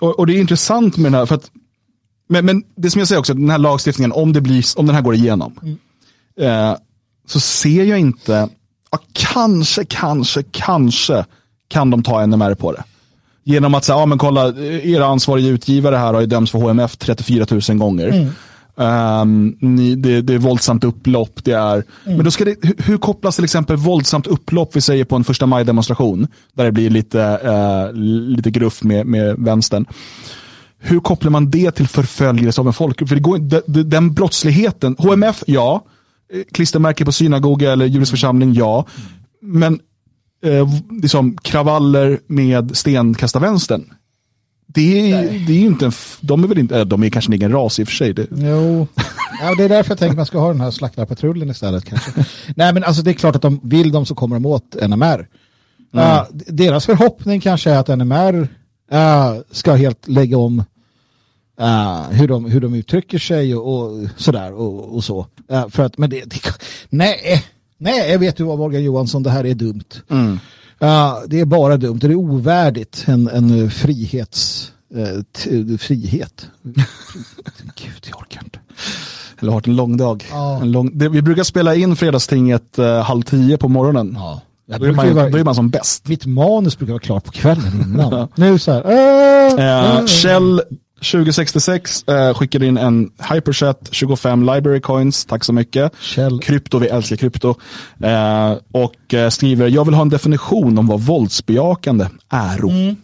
och, och det är intressant med den här, för att, men, men det som jag säger också, den här lagstiftningen, om, det blir, om den här går igenom, mm. eh, så ser jag inte, ja, kanske, kanske, kanske kan de ta N M R på det. Genom att säga, ja men kolla, era ansvariga utgivare här har ju dömts för H M F trettiofyra tusen gånger. Mm. Um, ni, det, det är våldsamt upplopp, det är, mm. men då ska det, hur, hur kopplas till exempel våldsamt upplopp, vi säger på en första maj-demonstration, där det blir lite, uh, lite gruff med, med vänstern. Hur kopplar man det till förföljelse av en folkgrupp? För det går, de, de, den brottsligheten, H M F, ja, klistermärke på synagoga eller judisk församling, ja, men eh, liksom kravaller med stenkastarvänstern, det är, det är ju inte en, de är väl inte, de är kanske ingen ras i och för sig. Det. Jo, ja, det är därför jag tänker att man ska ha den här slaktarpatrullen istället kanske. Nej, men alltså det är klart att de vill de så kommer de åt N M R. Mm. Uh, deras förhoppning kanske är att N M R uh, ska helt lägga om uh, hur, de, hur de uttrycker sig och, och sådär och, och så. Uh, för att, men det, det, nej, nej, jag vet ju vad Morgan Johansson, det här är dumt. Mm. Uh, det är bara dumt, det är ovärdigt en, en frihets uh, t- frihet. Gud, jag orkar inte. Eller har ett en lång dag. Ja. En lång, det, vi brukar spela in fredagstinget uh, halv tio på morgonen. Ja. Då är, man, vara, då är man som bäst. Mitt manus brukar vara klart på kvällen innan. Nu så här. Uh, uh, Kjell tjugo sextiosex uh, skickade in en Hyperchat tjugofem library coins. Tack så mycket. Kjell. Krypto, vi älskar krypto. Uh, och uh, skriver, jag vill ha en definition om vad våldsbejakande är. Mm.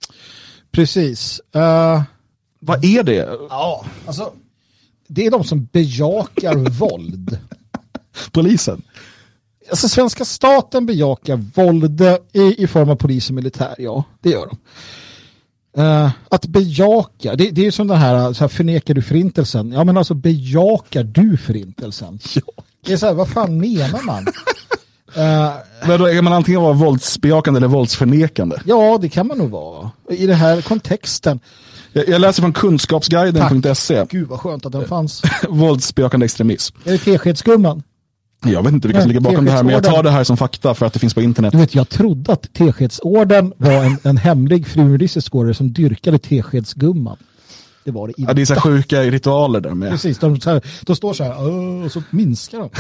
Precis. Uh, vad är det? Ja, alltså det är de som bejakar våld. Polisen? Alltså svenska staten bejakar våld i, i form av polis och militär, ja, det gör de. Uh, att bejaka, det, det är som det här, så här, förnekar du förintelsen? Ja, men alltså bejakar du förintelsen? Ja. Det är så här, vad fan menar man? uh, men då är man antingen vara våldsbejakande eller våldsförnekande? Ja, det kan man nog vara. I den här kontexten. Jag, jag läser från kunskapsguiden punkt se. Gud vad skönt att den fanns. Våldsbejakande extremism. Är det teskedsgumman? Jag vet inte vilka som ligger bakom det här, men jag tar det här som fakta för att det finns på internet. Du vet, jag trodde att Teskedsorden var en, en hemlig frimuristeskådare som dyrkade Teskedsgumman. Det var det inte. Ja, det är så här sjuka ritualer där med. Precis, de, så här, de står så här och så minskar de.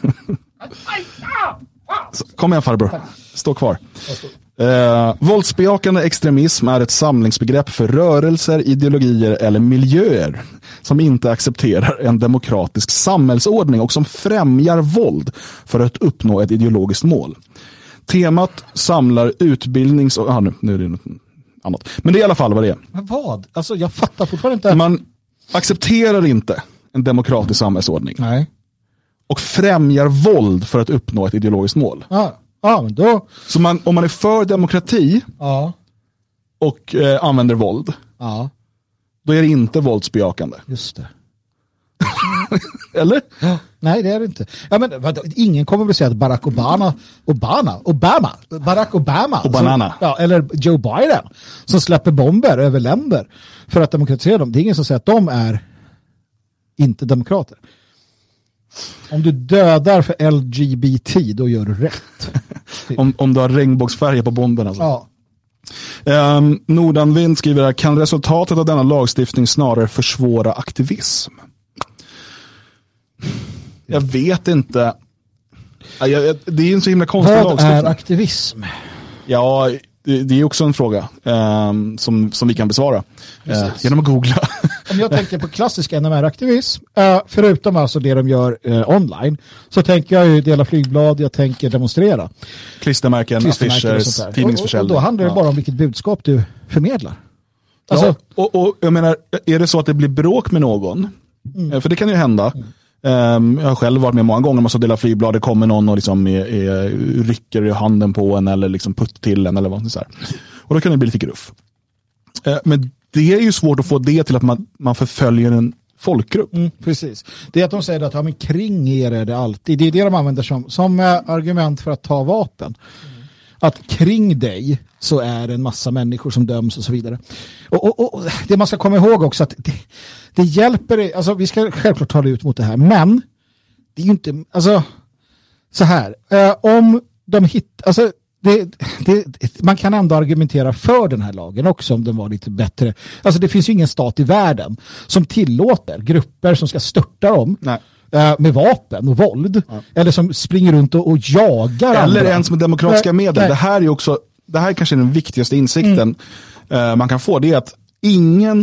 Så, kom igen farbror, stå kvar. Eh, våldsbejakande extremism är ett samlingsbegrepp för rörelser, ideologier eller miljöer som inte accepterar en demokratisk samhällsordning och som främjar våld för att uppnå ett ideologiskt mål. Temat samlar utbildnings... och ah, nu, nu är det något annat. Men det är i alla fall vad det är. Men vad? Alltså jag fattar fortfarande inte. Man accepterar inte en demokratisk samhällsordning. Nej. Och främjar våld för att uppnå ett ideologiskt mål. Ja. Ja, men då... Så man, om man är för demokrati ja. och eh, använder våld, ja. då är det inte våldsbejakande. Just det. Eller? Ja. Nej, det är det inte. Ja, men, vadå, ingen kommer väl säga att Barack Obama, Obama, Obama, Barack Obama, och banana. Som, ja, eller Joe Biden som släpper bomber över länder för att demokratisera dem. Det är ingen som säger att de är inte demokrater. Om du dödar för L G B T, då gör du rätt. om, om du har regnbågsfärger på bomben alltså. Ja. Um, Nordanvind skriver här, kan resultatet av denna lagstiftning snarare försvåra aktivism? Jag vet inte. Jag, jag, det är en så himla konstig Vad lagstiftning. Vad är aktivism? Ja, det, det är också en fråga um, som, som vi kan besvara uh, genom att googla. Om jag tänker på klassisk N M R-aktivism, uh, förutom alltså det de gör uh, online, så tänker jag ju dela flygblad, jag tänker demonstrera. Klistermärken, affischer, tidningsförsäljning. Och, och då handlar det ja. bara om vilket budskap du förmedlar. Alltså, ja, och, och jag menar, är det så att det blir bråk med någon, mm. för det kan ju hända. Mm. Um, jag har själv varit med många gånger, man så delar flygblad, det kommer någon och liksom är, är, rycker i handen på en eller liksom putt till en eller vad så här. Och då kan det bli lite gruff. Uh, men det är ju svårt att få det till att man, man förföljer en folkgrupp. Mm, precis. Det är att de säger att ja, men kring er är det alltid. Det är det de använder som, som argument för att ta vapen. Mm. Att kring dig så är det en massa människor som döms och så vidare. Och, och, och det man ska komma ihåg också att det, det hjälper dig, alltså vi ska självklart ta det ut mot det här, men det är ju inte, alltså så här, eh, om de hittar, alltså Det, det, man kan ändå argumentera för den här lagen också om den var lite bättre. Alltså det finns ju ingen stat i världen som tillåter grupper som ska störta dem Nej. med vapen och våld. Ja. Eller som springer runt och, och jagar Eller andra. ens med demokratiska medel. Nej. Det här är också, det här kanske är den viktigaste insikten mm. man kan få. Det är att ingen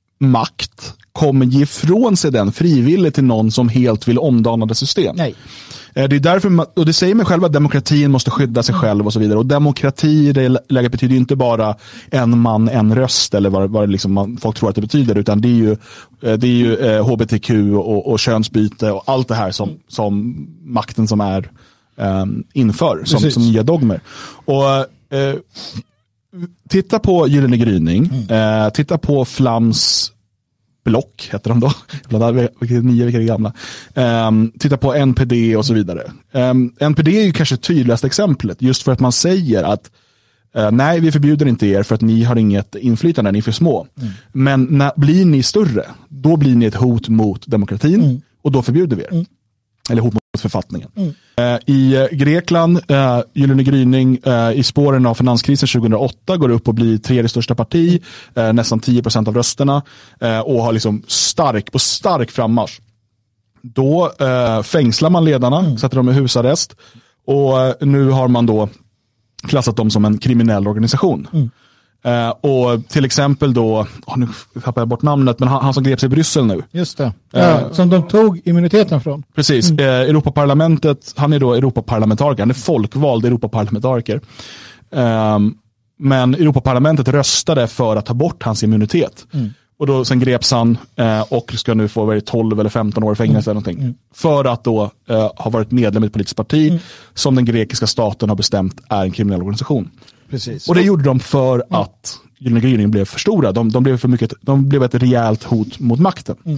makt kommer ge ifrån sig den frivilligt till någon som helt vill omdana det system. Nej. Det är därför man, och det säger mig själv att demokratin måste skydda sig själv och så vidare. Och demokrati i det läget betyder ju inte bara en man, en röst eller vad, vad liksom man, folk tror att det betyder, utan det är ju, det är ju eh, H B T Q och, och könsbyte och allt det här som, som makten som är eh, inför, som, som nya dogmer. Och eh, titta på Gyllene gryning, mm. eh, titta på Flams block heter de då. Vilka är nya, vilka är gamla. Um, titta på N P D och så vidare. Um, N P D är ju kanske tydligaste exemplet. Just för att man säger att uh, nej, vi förbjuder inte er för att ni har inget inflytande, ni är för små. Mm. Men när blir ni större, då blir ni ett hot mot demokratin mm. och då förbjuder vi er. Mm. Eller hot mot författningen. Mm. Uh, I uh, Grekland, uh, Gyllene gryning uh, i spåren av finanskrisen tjugohundraåtta går upp och blir tredje största parti, uh, nästan tio procent av rösterna uh, och har liksom stark, på stark frammarsch. Då uh, fängslar man ledarna, mm. sätter dem i husarrest och uh, nu har man då klassat dem som en kriminell organisation. Mm. Uh, och till exempel då, oh, nu tappar jag bort namnet, men han, han som greps i Bryssel nu. Just det, ja, uh, som de tog immuniteten från. Precis, mm. uh, Europaparlamentet, han är då Europaparlamentariker, han är folkvald Europaparlamentariker. Uh, men Europaparlamentet röstade för att ta bort hans immunitet. Mm. Och då sen greps han uh, och ska nu få tolv eller femton år i fängelse mm. eller någonting. Mm. För att då uh, ha varit medlem i ett politiskt parti mm. som den grekiska staten har bestämt är en kriminell organisation. Precis. Och det gjorde de för mm. att Gyllene gryning blev för stora. De, de, blev för mycket, de blev ett rejält hot mot makten. Mm.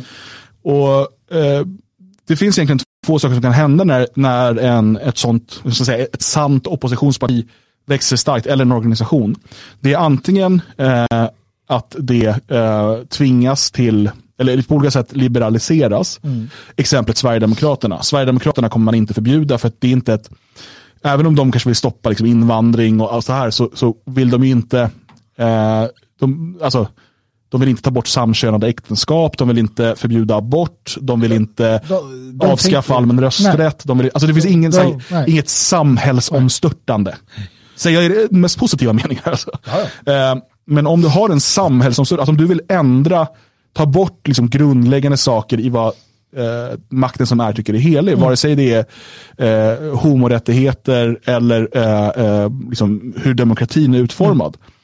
Och eh, det finns egentligen två saker som kan hända när, när en, ett sånt, så att säga, ett sant oppositionsparti växer starkt, eller en organisation. Det är antingen eh, att det eh, tvingas till, eller på olika sätt liberaliseras. Mm. Exemplet Sverigedemokraterna. Sverigedemokraterna kommer man inte förbjuda för att det är inte ett, även om de kanske vill stoppa liksom invandring och allt så här, så, så vill de ju inte eh, de, alltså, de vill inte ta bort samkönade äktenskap, de vill inte förbjuda abort, de vill inte de, de avskaffa tänkte, allmän rösträtt. De vill, alltså det finns ingen, de, här, inget samhällsomstörtande. Säger jag i den mest positiva meningen. Alltså. Eh, men om du har en samhällsomstörtande, alltså om du vill ändra, ta bort liksom grundläggande saker i vad Eh, makten som är tycker är helig, mm. vare sig det är eh, homorättigheter eller eh, eh, liksom hur demokratin är utformad, mm.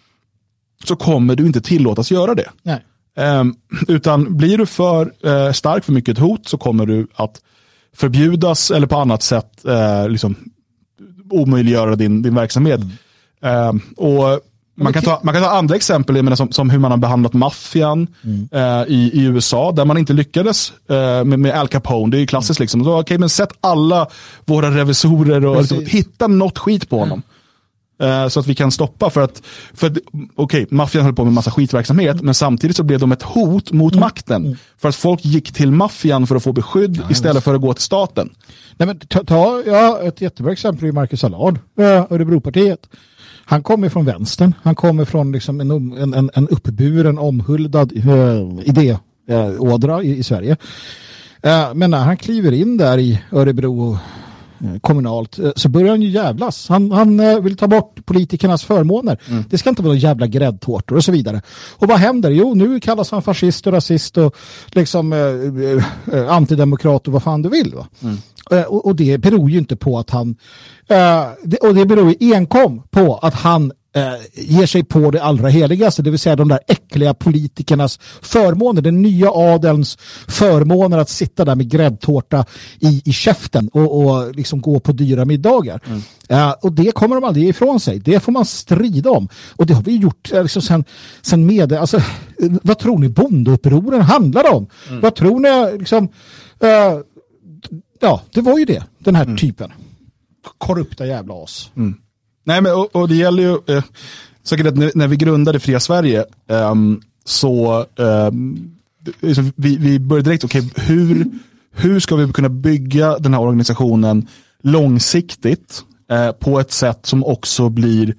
så kommer du inte tillåtas göra det. Nej. Eh, utan blir du för eh, stark, för mycket hot, så kommer du att förbjudas eller på annat sätt eh, liksom omöjliggöra din, din verksamhet. Mm. Eh, och Man kan, ta, man kan ta andra exempel, jag menar, som, som hur man har behandlat maffian mm. eh, i, i U S A, där man inte lyckades eh, med, med Al Capone. Det är ju klassiskt mm. liksom. Så, okay, men sätt alla våra revisorer och liksom, hitta något skit på honom. Mm. Eh, så att vi kan stoppa, för att, för att okej, okay, maffian höll på med massa skitverksamhet, mm. men samtidigt så blev de ett hot mot mm. makten. Mm. För att folk gick till maffian för att få beskydd ja, istället för att gå till staten. Nej, men ta, ta ja, ett jättebra exempel är Marcus Allard, Örebropartiet. Han kommer från vänstern. Han kommer från liksom en, en, en uppburen, omhuldad uh, idéådra uh, i, i Sverige. Uh, men när han kliver in där i Örebro uh, kommunalt uh, så börjar han ju jävlas. Han, han uh, vill ta bort politikernas förmåner. Mm. Det ska inte vara jävla gräddtårtor och så vidare. Och vad händer? Jo, nu kallas han fascist och rasist och liksom uh, uh, antidemokrat och vad fan du vill, va? Mm. Uh, och, och det beror ju inte på att han uh, det, och det beror ju enkom på att han uh, ger sig på det allra heligaste, det vill säga de där äckliga politikernas förmåner, den nya adelns förmåner att sitta där med gräddtårta i, i käften och, och liksom gå på dyra middagar. Mm. Uh, och det kommer de aldrig ifrån sig. Det får man strida om. Och det har vi gjort uh, liksom sen, sen med alltså, uh, vad tror ni bondeupproren handlar om? Mm. Vad tror ni liksom uh, ja, det var ju det. Den här mm. typen. Korrupta jävla as. Mm. Nej, men och, och det gäller ju eh, säkert att när, när vi grundade Fria Sverige eh, så eh, vi, vi började direkt, okej, okay, hur, hur ska vi kunna bygga den här organisationen långsiktigt eh, på ett sätt som också blir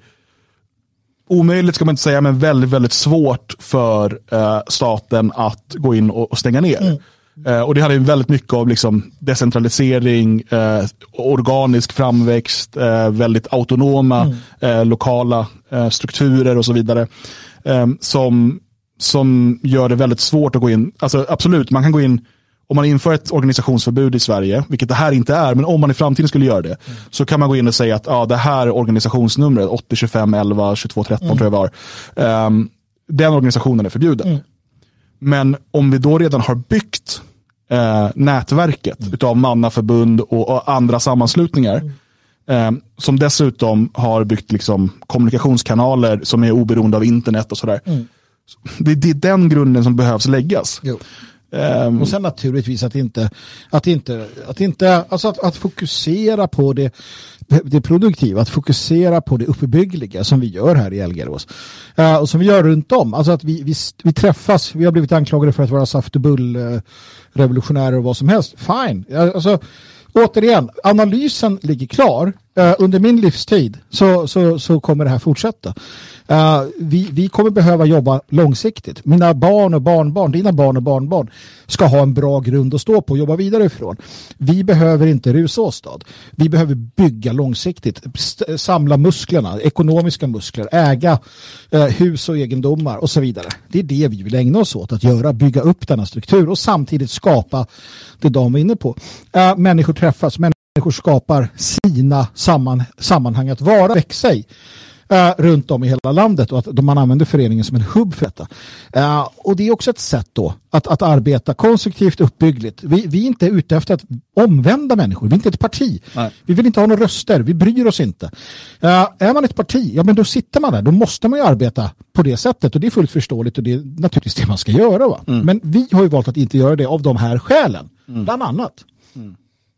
omöjligt, ska man inte säga, men väldigt, väldigt svårt för eh, staten att gå in och, och stänga ner. Mm. Eh, och det hade ju väldigt mycket av liksom, decentralisering, eh, organisk framväxt, eh, väldigt autonoma mm. eh, lokala eh, strukturer och så vidare. Eh, som, som gör det väldigt svårt att gå in. Alltså absolut, man kan gå in om man inför ett organisationsförbud i Sverige, vilket det här inte är, men om man i framtiden skulle göra det, mm. så kan man gå in och säga att ah, det här organisationsnumret åttio tjugofem elva tjugotvå tretton mm. tror jag var. Um, den organisationen är förbjuden. Mm. Men om vi då redan har byggt uh, nätverket mm. utav mannaförbund och, och andra sammanslutningar mm. um, som dessutom har byggt liksom, kommunikationskanaler som är oberoende av internet och sådär. Mm. Det, det är den grunden som behövs läggas. Jo. Um, och sen naturligtvis att inte att inte att inte alltså att, att fokusera på det det produktiva, att fokusera på det uppbyggliga som vi gör här i Elgerås. Uh, och som vi gör runt om. Alltså att vi, vi, vi träffas, vi har blivit anklagade för att vara saft och bull uh, revolutionärer och vad som helst. Fine. Alltså återigen, analysen ligger klar. Uh, under min livstid så, så, så kommer det här fortsätta. Uh, vi, vi kommer behöva jobba långsiktigt. Mina barn och barnbarn, dina barn och barnbarn ska ha en bra grund att stå på och jobba vidare ifrån. Vi behöver inte rusa åstad. Vi behöver bygga långsiktigt. St- samla musklerna, ekonomiska muskler, äga uh, hus och egendomar och så vidare. Det är det vi vill ägna oss åt att göra. Bygga upp denna struktur och samtidigt skapa det de är inne på. Uh, människor träffas, människor skapar sina samman, sammanhang att vara, växa i. Uh, runt om i hela landet och att man använder föreningen som en hubb för detta. Uh, och det är också ett sätt då att, att arbeta konstruktivt uppbyggligt. Vi, vi är inte ute efter att omvända människor. Vi är inte ett parti. Nej. Vi vill inte ha några röster. Vi bryr oss inte. Uh, är man ett parti, ja men då sitter man där. Då måste man ju arbeta på det sättet och det är fullt förståeligt och det är naturligtvis det man ska göra. Va? Mm. Men vi har ju valt att inte göra det av de här skälen. Mm. Bland annat. Mm.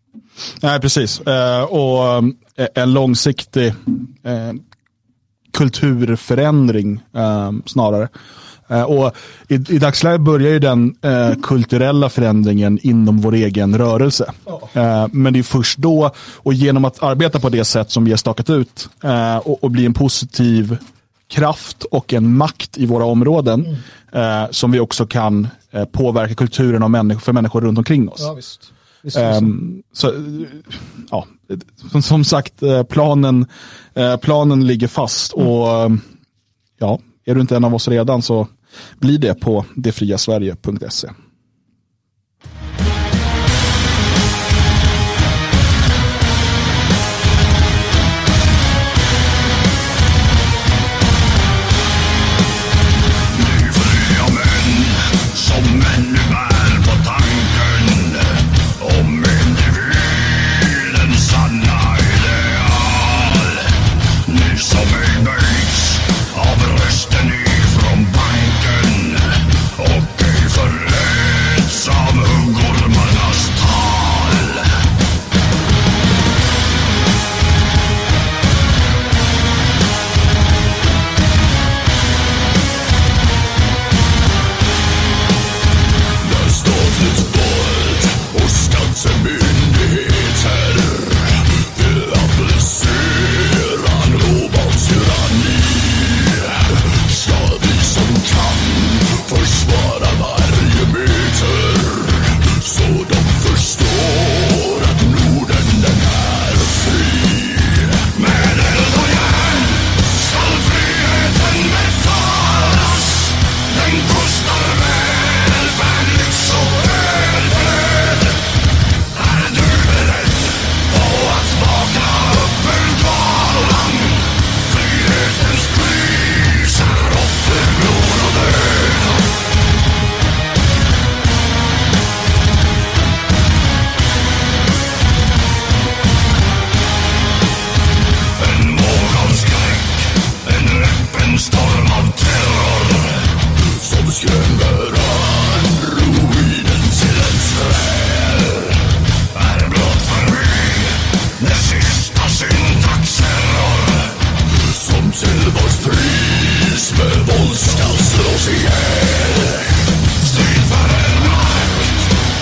Nej, precis. Uh, och uh, en långsiktig uh, kulturförändring eh, snarare. Eh, och i, i dagsläget börjar ju den eh, kulturella förändringen inom vår egen rörelse. Eh, men det är först då och genom att arbeta på det sätt som vi har stakat ut eh, och, och bli en positiv kraft och en makt i våra områden mm. eh, som vi också kan eh, påverka kulturen av människor, för människor runt omkring oss. Ja, visst. Um, så, ja, som, som sagt, planen, planen ligger fast och ja, är du inte en av oss redan så blir det på det fria sverige punkt se.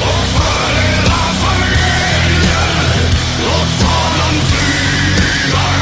Låt fanan flyga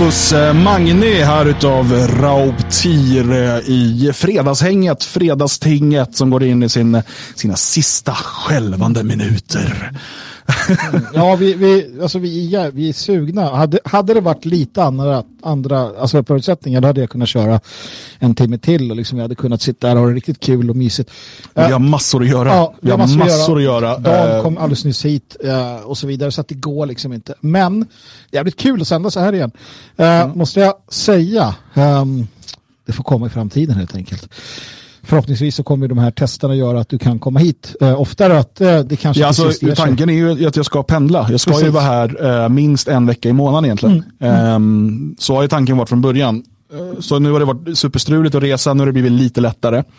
Opus Magni här utav Raubtir i fredagshänget, fredagstinget som går in i sin, sina sista skälvande minuter. Ja, vi, vi, alltså vi, är, vi är sugna. Hade, hade det varit lite andra, andra alltså förutsättningar, då hade jag kunnat köra en timme till och liksom jag hade kunnat sitta där och ha det riktigt kul och mysigt. Vi har massor att göra. Ja, vi har massor, massor att göra. att göra. Dan kom alldeles nyss hit och så vidare, så att det går liksom inte. Men det är jävligt kul att sända så här igen. Mm. Måste jag säga. Um, det får komma i framtiden helt enkelt. Förhoppningsvis så kommer de här testerna göra att du kan komma hit uh, oftare. Att, uh, det kanske ja, alltså, tanken är ju att jag ska pendla. Jag ska Precis. ju vara här uh, minst en vecka i månaden egentligen. Mm. Mm. Um, så har ju tanken varit från början. Uh, så nu har det varit superstruligt att resa. Nu har det blivit lite lättare. Uh,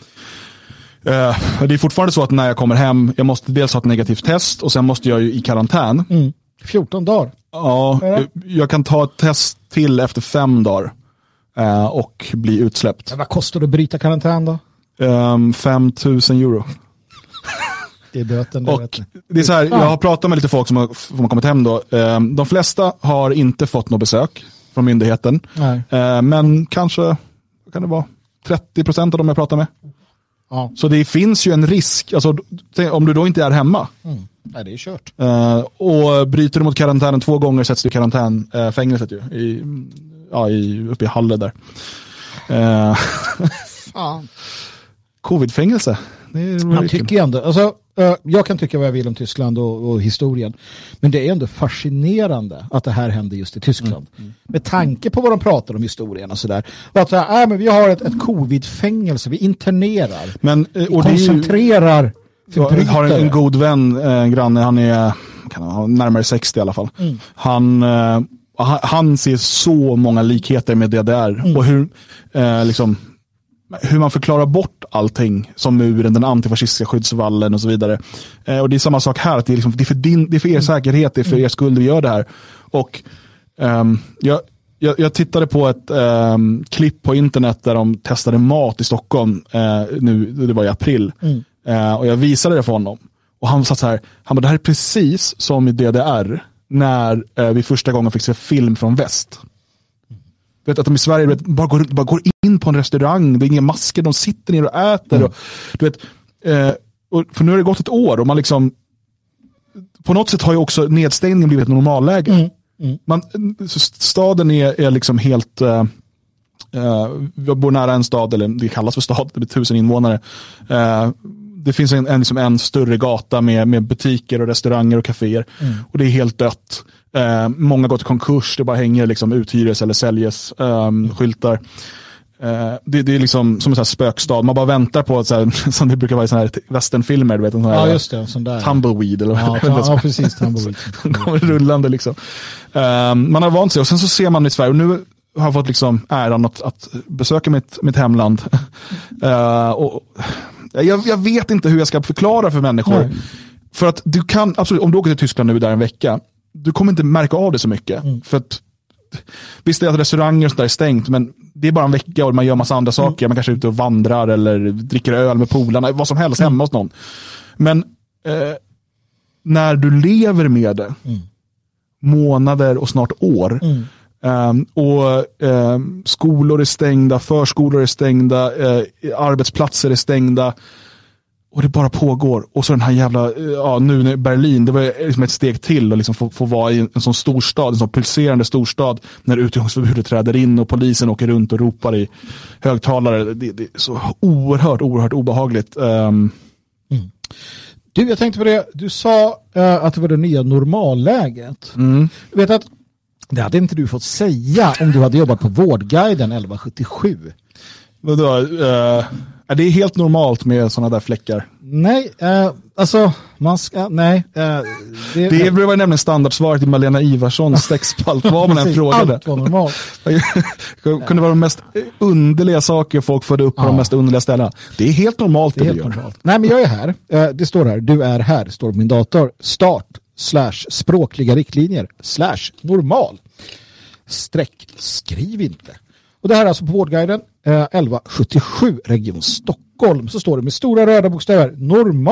det är fortfarande så att när jag kommer hem, jag måste dels ha ett negativt test och sen måste jag ju i karantän. Mm. fjorton dagar. Ja, jag, jag kan ta ett test till efter fem dagar uh, och bli utsläppt. Men vad kostar det att bryta karantän då? Um, fem tusen euro. Det är böten. Det, och det är så här, jag har pratat med lite folk som har, som har kommit hem då. Um, de flesta har inte fått något besök från myndigheten. Uh, men kanske kan det vara trettio procent av dem jag pratar med. Ja. Så det finns ju en risk, alltså, om du då inte är hemma. Mm. Nej, det är kört. Uh, och bryter du mot karantänen två gånger sätts du i karantänfängelset uh, ju. I, ja, i, uppe i Halle där. Uh, ja. Covid-fängelse. Man tycker ändå, alltså, jag kan tycka vad jag vill om Tyskland och, och historien, men det är ändå fascinerande att det här hände just i Tyskland. Mm. Mm. Med tanke på vad de pratar om historien och sådär. Och att äh, men vi har ett, ett covid-fängelse, vi internerar, men, vi och koncentrerar. Jag har en, en god vän, eh, granne, han är kan ha, närmare sextio i alla fall. Mm. Han, eh, han ser så många likheter med D D R mm. och hur eh, liksom hur man förklarar bort allting som muren, den antifascistiska skyddsvallen och så vidare. Eh, och det är samma sak här, att det är, liksom, det är, för, din, det är för er säkerhet, det är för er skull vi gör det här. Och um, jag, jag, jag tittade på ett um, klipp på internet där de testade mat i Stockholm uh, nu, det var i april. Mm. Uh, och jag visade det för honom. Och han satt så här, han bara, det här är precis som i D D R när uh, vi första gången fick se film från väst. Vet att de i Sverige vet, bara, går, bara går in på en restaurang, det är inga masker, de sitter ner och äter. Mm. Och, du vet, eh, och för nu har det gått ett år och man liksom på något sätt har ju också nedstängningen blivit ett normalläge. Mm. Mm. Man, staden är, är liksom helt eh, eh, jag bor nära en stad, eller det kallas för stad, det är tusen invånare. Eh, det finns en, en, liksom en större gata med, med butiker och restauranger och kaféer. Mm. Och det är helt dött. Eh, många går till konkurs, det bara hänger liksom uthyres eller säljes eh, skyltar. Eh, det, det är liksom som en sån här spökstad. Man bara väntar på att så här, som det brukar vara i såna här westernfilmer, du vet, en sån här, ja, just det, sån där. Tumbleweed eller ja, ja, ja, precis, tumbleweed. kommer rullande liksom. Eh, man har vant sig och sen så ser man i Sverige och nu har jag fått liksom äran att, att besöka mitt, mitt hemland. eh, och jag, jag vet inte hur jag ska förklara för människor. Nej. För att du kan, absolut, om du åker till Tyskland nu där en vecka, du kommer inte märka av det så mycket. Mm. För att visst är det att restauranger och sådär är stängt, men det är bara en vecka och man gör massa andra saker. Mm. Man kanske är ute och vandrar eller dricker öl med polarna, vad som helst hemma mm. hos någon. Men eh, när du lever med det mm. månader och snart år mm. Um, och um, skolor är stängda, förskolor är stängda, uh, arbetsplatser är stängda och det bara pågår. Och så den här jävla, uh, ja nu i Berlin, det var liksom ett steg till att liksom få, få vara i en, en sån storstad, en sån pulserande storstad när utgångsförbudet träder in och polisen åker runt och ropar i högtalare. Det, det är så oerhört, oerhört obehagligt. Um. Mm. Du, jag tänkte på det, du sa uh, att det var det nya normalläget. Mm. Du vet att det hade inte du fått säga om du hade jobbat på Vårdguiden elva sjuttiosju. Vadå? Uh, det är helt normalt med sådana där fläckar. Nej, uh, alltså man ska, nej. Uh, det det var nämligen standardsvaret i Malena Ivarssons sexspalt, vad man än frågade. Allt var normalt. Det kunde vara de mest underliga saker folk förde upp på ja. de mest underliga ställena. Det är helt normalt det, det helt normalt. Nej, men jag är här. Uh, det står här, du är här, står på min dator. Start. slash språkliga riktlinjer slash normal streck skriv inte. Och det här är alltså på Vårdguiden eh, elva sjuttiosju Region Stockholm, så står det med stora röda bokstäver normal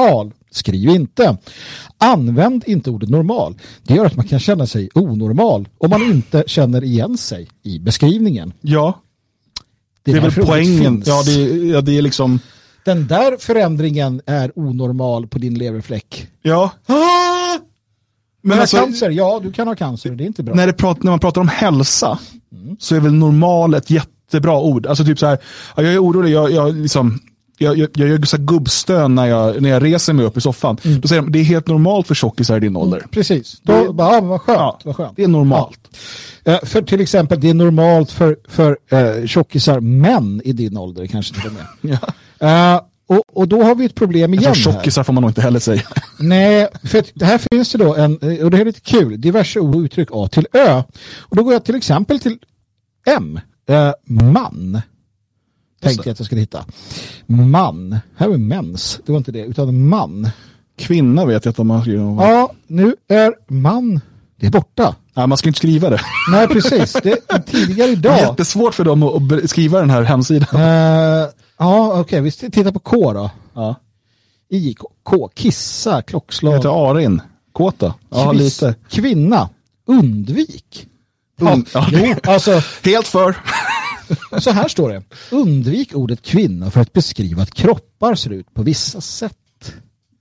skriv inte. Använd inte ordet normal. Det gör att man kan känna sig onormal om man inte känner igen sig i beskrivningen. Ja, det, det är väl poängen. Ja det, ja, det är liksom... Den där förändringen är onormal på din leverfläck. Ja. Ah! Men, Men alltså, cancer, ja du kan ha cancer, det är inte bra. När, det pratar, när man pratar om hälsa mm. så är väl normal ett jättebra ord. Alltså typ så här, jag är orolig, jag, jag liksom... Jag, jag, jag gör så här gubbstön när jag, när jag reser mig upp i soffan. Mm. Då säger de, det är helt normalt för tjockisar i din ålder. Mm, precis. Då, det, bara, ja, vad skönt, ja, vad skönt. Det är normalt. Ja. Uh, för till exempel, det är normalt för, för uh, tjockisar män i din ålder, kanske till och med. Ja. Uh, och, och då har vi ett problem igen. För tjockisar får man nog inte heller säga. Nej, för det här finns det då en, och det är lite kul, diverse ord och uttryck A till Ö. Och då går jag till exempel till M. Uh, man. Tänkte jag att jag skulle hitta. Man. Här är mens. Det var inte det, utan man. Kvinna vet jag att de har skrivit. Ja, nu är man. Det är borta. Ja, man ska inte skriva det. Nej, precis. Det är tidigare idag. Det är jättesvårt för dem att skriva den här hemsidan. Uh, ja, okej. Okay. Vi tittar på K då. Ja. I K. Kissa, klockslag. Jag heter Arin. Kåta. Ja, Kviss, lite. Kvinna. Undvik. Und- ja, jo, alltså. Helt för. Så här står det. Undvik ordet kvinna för att beskriva att kroppar ser ut på vissa sätt.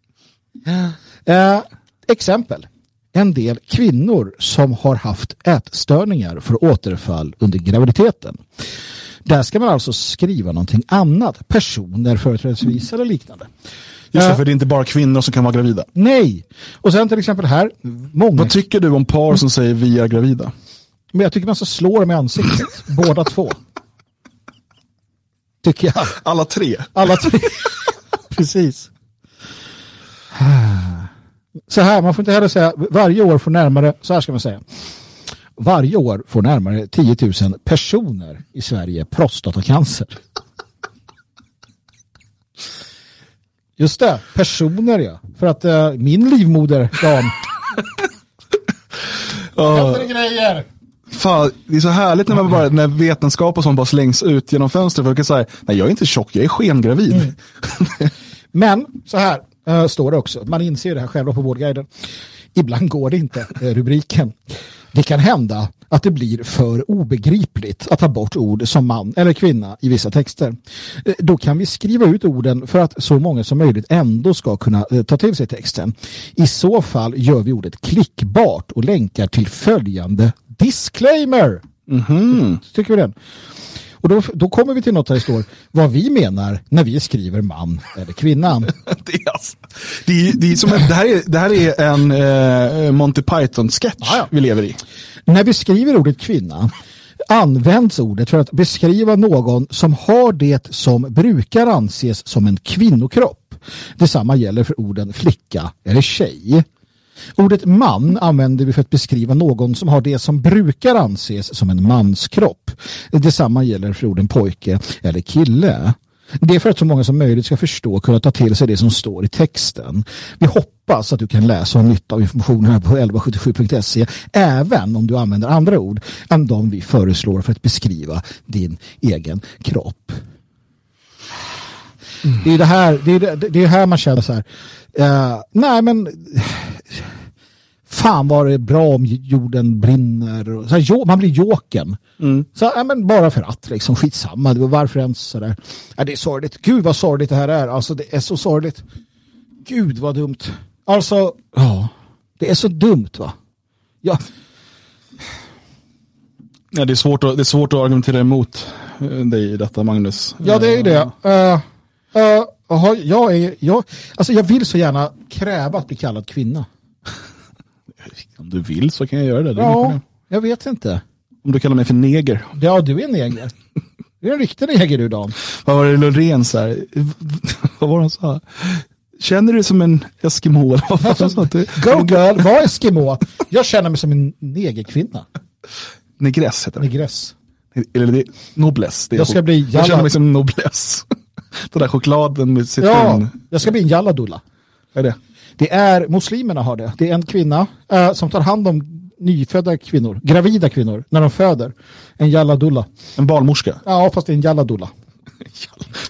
Eh, exempel. En del kvinnor som har haft ätstörningar för återfall under graviditeten. Där ska man alltså skriva någonting annat. Personer, företrädesvis eller liknande. Just det, för det är inte bara kvinnor som kan vara gravida. Nej. Och sen till exempel här. Många... Vad tycker du om par som säger vi är gravida? Men jag tycker man ska slå dem i ansiktet. Båda två. Tycker jag. Alla tre. Alla tre. Precis. Så här, man får inte heller säga varje år får närmare, så här ska man säga. Varje år får närmare tio tusen personer i Sverige prostatacancer. Just det, personer ja. För att uh, min livmoder, Dan. Händer det grejer? Fan, det är så härligt när man bara, när vetenskap och sånt bara slängs ut genom fönstret. För att säga, nej jag är inte tjock, jag är skengravid. Mm. Men så här uh, står det också. Man inser det här själva på Vårdguiden. Ibland går det inte, uh, rubriken. Det kan hända att det blir för obegripligt att ta bort ord som man eller kvinna i vissa texter. Uh, då kan vi skriva ut orden för att så många som möjligt ändå ska kunna uh, ta till sig texten. I så fall gör vi ordet klickbart och länkar till följande disclaimer. Mm-hmm. Tycker vi den? Och då, då kommer vi till något där det står vad vi menar när vi skriver man eller kvinna. det, är alltså, det, är, det, är som en, det, här är, det här är en eh, Monty Python-sketch ah, ja. vi lever i. När vi skriver ordet kvinna används ordet för att beskriva någon som har det som brukar anses som en kvinnokropp. Detsamma gäller för orden flicka eller tjej. Ordet man använder vi för att beskriva någon som har det som brukar anses som en manskropp. Detsamma gäller för orden pojke eller kille. Det är för att så många som möjligt ska förstå och kunna ta till sig det som står i texten. Vi hoppas att du kan läsa och nytta av informationen här på elva sjuttiosju punkt se även om du använder andra ord än de vi föreslår för att beskriva din egen kropp. Mm. Det är det här, det är det, det är här man känner så här. Uh, nej men fan var det bra om jorden brinner och så här, jo, man blir joken. Mm. Så ja, men bara för att liksom skitsamma, det var varför ens så där. Ja, det är sorgligt. Gud vad sorgligt det här är. Alltså det är så sorgligt. Gud vad dumt. Alltså, ja. Det är så dumt va. Ja. Ja, det är svårt att det är svårt att argumentera emot dig i detta, Magnus. Ja, det är det. Uh, uh, aha, jag är jag alltså jag vill så gärna kräva att bli kallad kvinna. Om du vill så kan jag göra det. det ja, jag vet inte. Om du kallar mig för neger. Ja, du är en neger. Du är en riktig neger du, Dan. Vad var det Loreen så här? Vad var han sa? Känner du dig som en eskimo? Alltså, go girl, var eskimo. Jag känner mig som en negerkvinna. Negress heter det. Negress. Eller det, noblesse. Det jag ska bli jalla... Jag känner mig som noblesse. Den där chokladen med citron. Ja, jag ska bli en jalladulla. Vad är det? Det är, muslimerna har det. Det är en kvinna äh, som tar hand om nyfödda kvinnor, gravida kvinnor, när de föder. En jalladulla. En barnmorska? Ja, fast det är en jalladulla.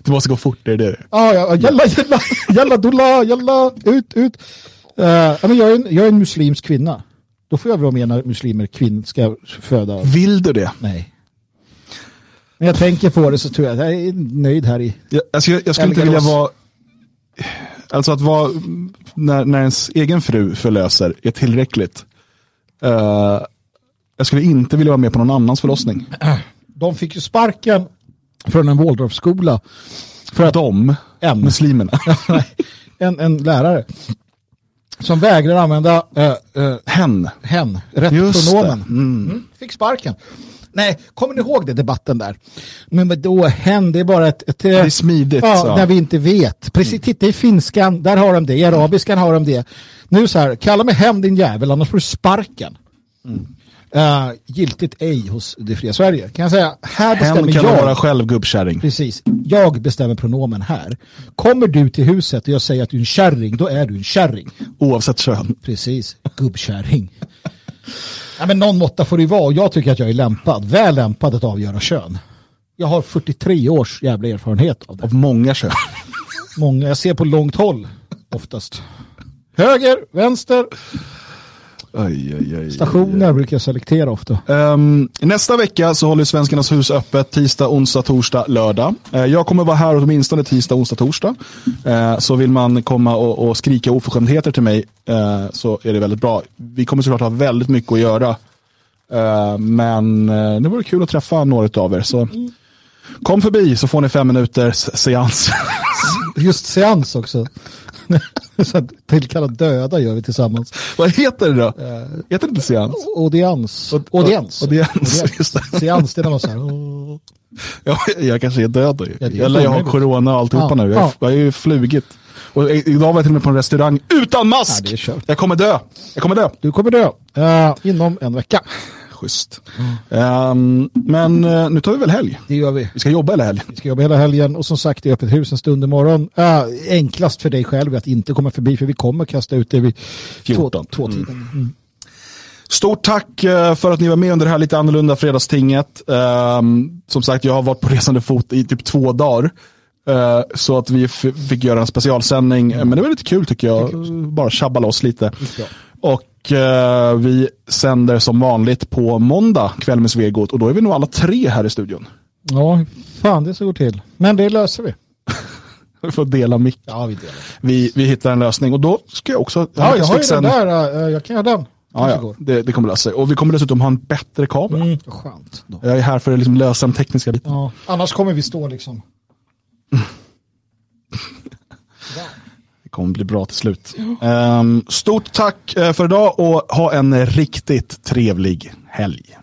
Du måste gå fort, det är det. Ja, ja, jalla, jalla, jalla, dulla, jalla, ut, ut. Uh, men jag, är en, jag är en muslimsk kvinna. Då får jag väl med när muslimer kvinnor ska föda. Vill du det? Nej. När jag tänker på det så tror jag att jag är nöjd här i... Jag, alltså jag, jag skulle inte vilja vara... Alltså att vara... När, när ens egen fru förlöser är tillräckligt. Uh, jag skulle inte vilja vara med på någon annans förlossning. De fick ju sparken från en Waldorfskola. För att de, en, muslimerna. en, en lärare. Som vägrar använda... Uh, uh, hen. Hen. Rätt pronomen. Mm. Mm, fick sparken. Nej, kommer ni ihåg det debatten där? Men då hen, det är bara ett... ett det är smidigt. Ja, så. När vi inte vet. Precis, mm. Titta i finskan, där har de det. I arabiskan har de det. Nu så här, kalla mig hem din jävel, annars får du sparken. Mm. Uh, giltigt ej hos det fria Sverige. Kan jag säga, här bestämmer hem kan jag... vara själv gubbkärring. Precis, jag bestämmer pronomen här. Kommer du till huset och jag säger att du är en kärring, då är du en kärring. Oavsett kön. Precis, gubbkärring. Ja, men någon måtta får det vara och jag tycker att jag är lämpad, väl lämpad att avgöra kön. Jag har fyrtiotre års jävla erfarenhet av det. Av många kön. Många, jag ser på långt håll oftast. Höger, vänster. Aj, aj, aj, stationer aj, aj. Brukar jag selektera ofta. Um, nästa vecka så håller Svenskarnas hus öppet tisdag, onsdag, torsdag, lördag. Uh, jag kommer vara här åtminstone tisdag, onsdag, torsdag. Uh, så vill man komma och, och skrika oförskämdheter till mig uh, så är det väldigt bra. Vi kommer såklart ha väldigt mycket att göra. Uh, men uh, det vore kul att träffa några av er. Så mm. kom förbi så får ni fem minuters seans. Just seans också. Så tillkallad döda gör vi tillsammans. Vad heter det då? Uh, heter det inte seans? Audiens. Audiens. Audiens. Just det. Seans, det är något så här. Ja, jag kanske är död. Ja, Eller jag har corona och alltihopa ja, nu. Jag, ja. jag är ju flugit. Och idag var jag till och med på en restaurang utan mask. Ja, det är kört. Jag kommer dö. Jag kommer dö. Du kommer dö. Uh, inom en vecka. Schysst. Mm. Um, men uh, nu tar vi väl helg. Det gör vi. Vi ska jobba hela helgen. Vi ska jobba hela helgen och som sagt i öppet hus en stund imorgon. Uh, enklast för dig själv att inte komma förbi för vi kommer kasta ut det vid fjorton. Två, två tiden. Mm. Mm. Stort tack uh, för att ni var med under det här lite annorlunda fredagstinget. Um, som sagt, jag har varit på resande fot i typ två dagar. Uh, så att vi f- fick göra en specialsändning. Mm. Men det var lite kul tycker jag. Bara tjabba loss lite. Och uh, vi sänder som vanligt på måndag kväll med Svegot. Och då är vi nog alla tre här i studion. Ja, fan det så går till. Men det löser vi. Vi får dela mick. Ja, vi delar. Vi, vi hittar en lösning. Och då ska jag också... Ja, jag har ju den där. Uh, jag kan göra den. Ja, ja. Det, det kommer lösa sig. Och vi kommer dessutom ha en bättre kamera. Mm, skönt. Då. Jag är här för att liksom lösa den tekniska biten. Ja, annars kommer vi stå liksom... Det kommer bli bra till slut. Um, stort tack för idag och ha en riktigt trevlig helg.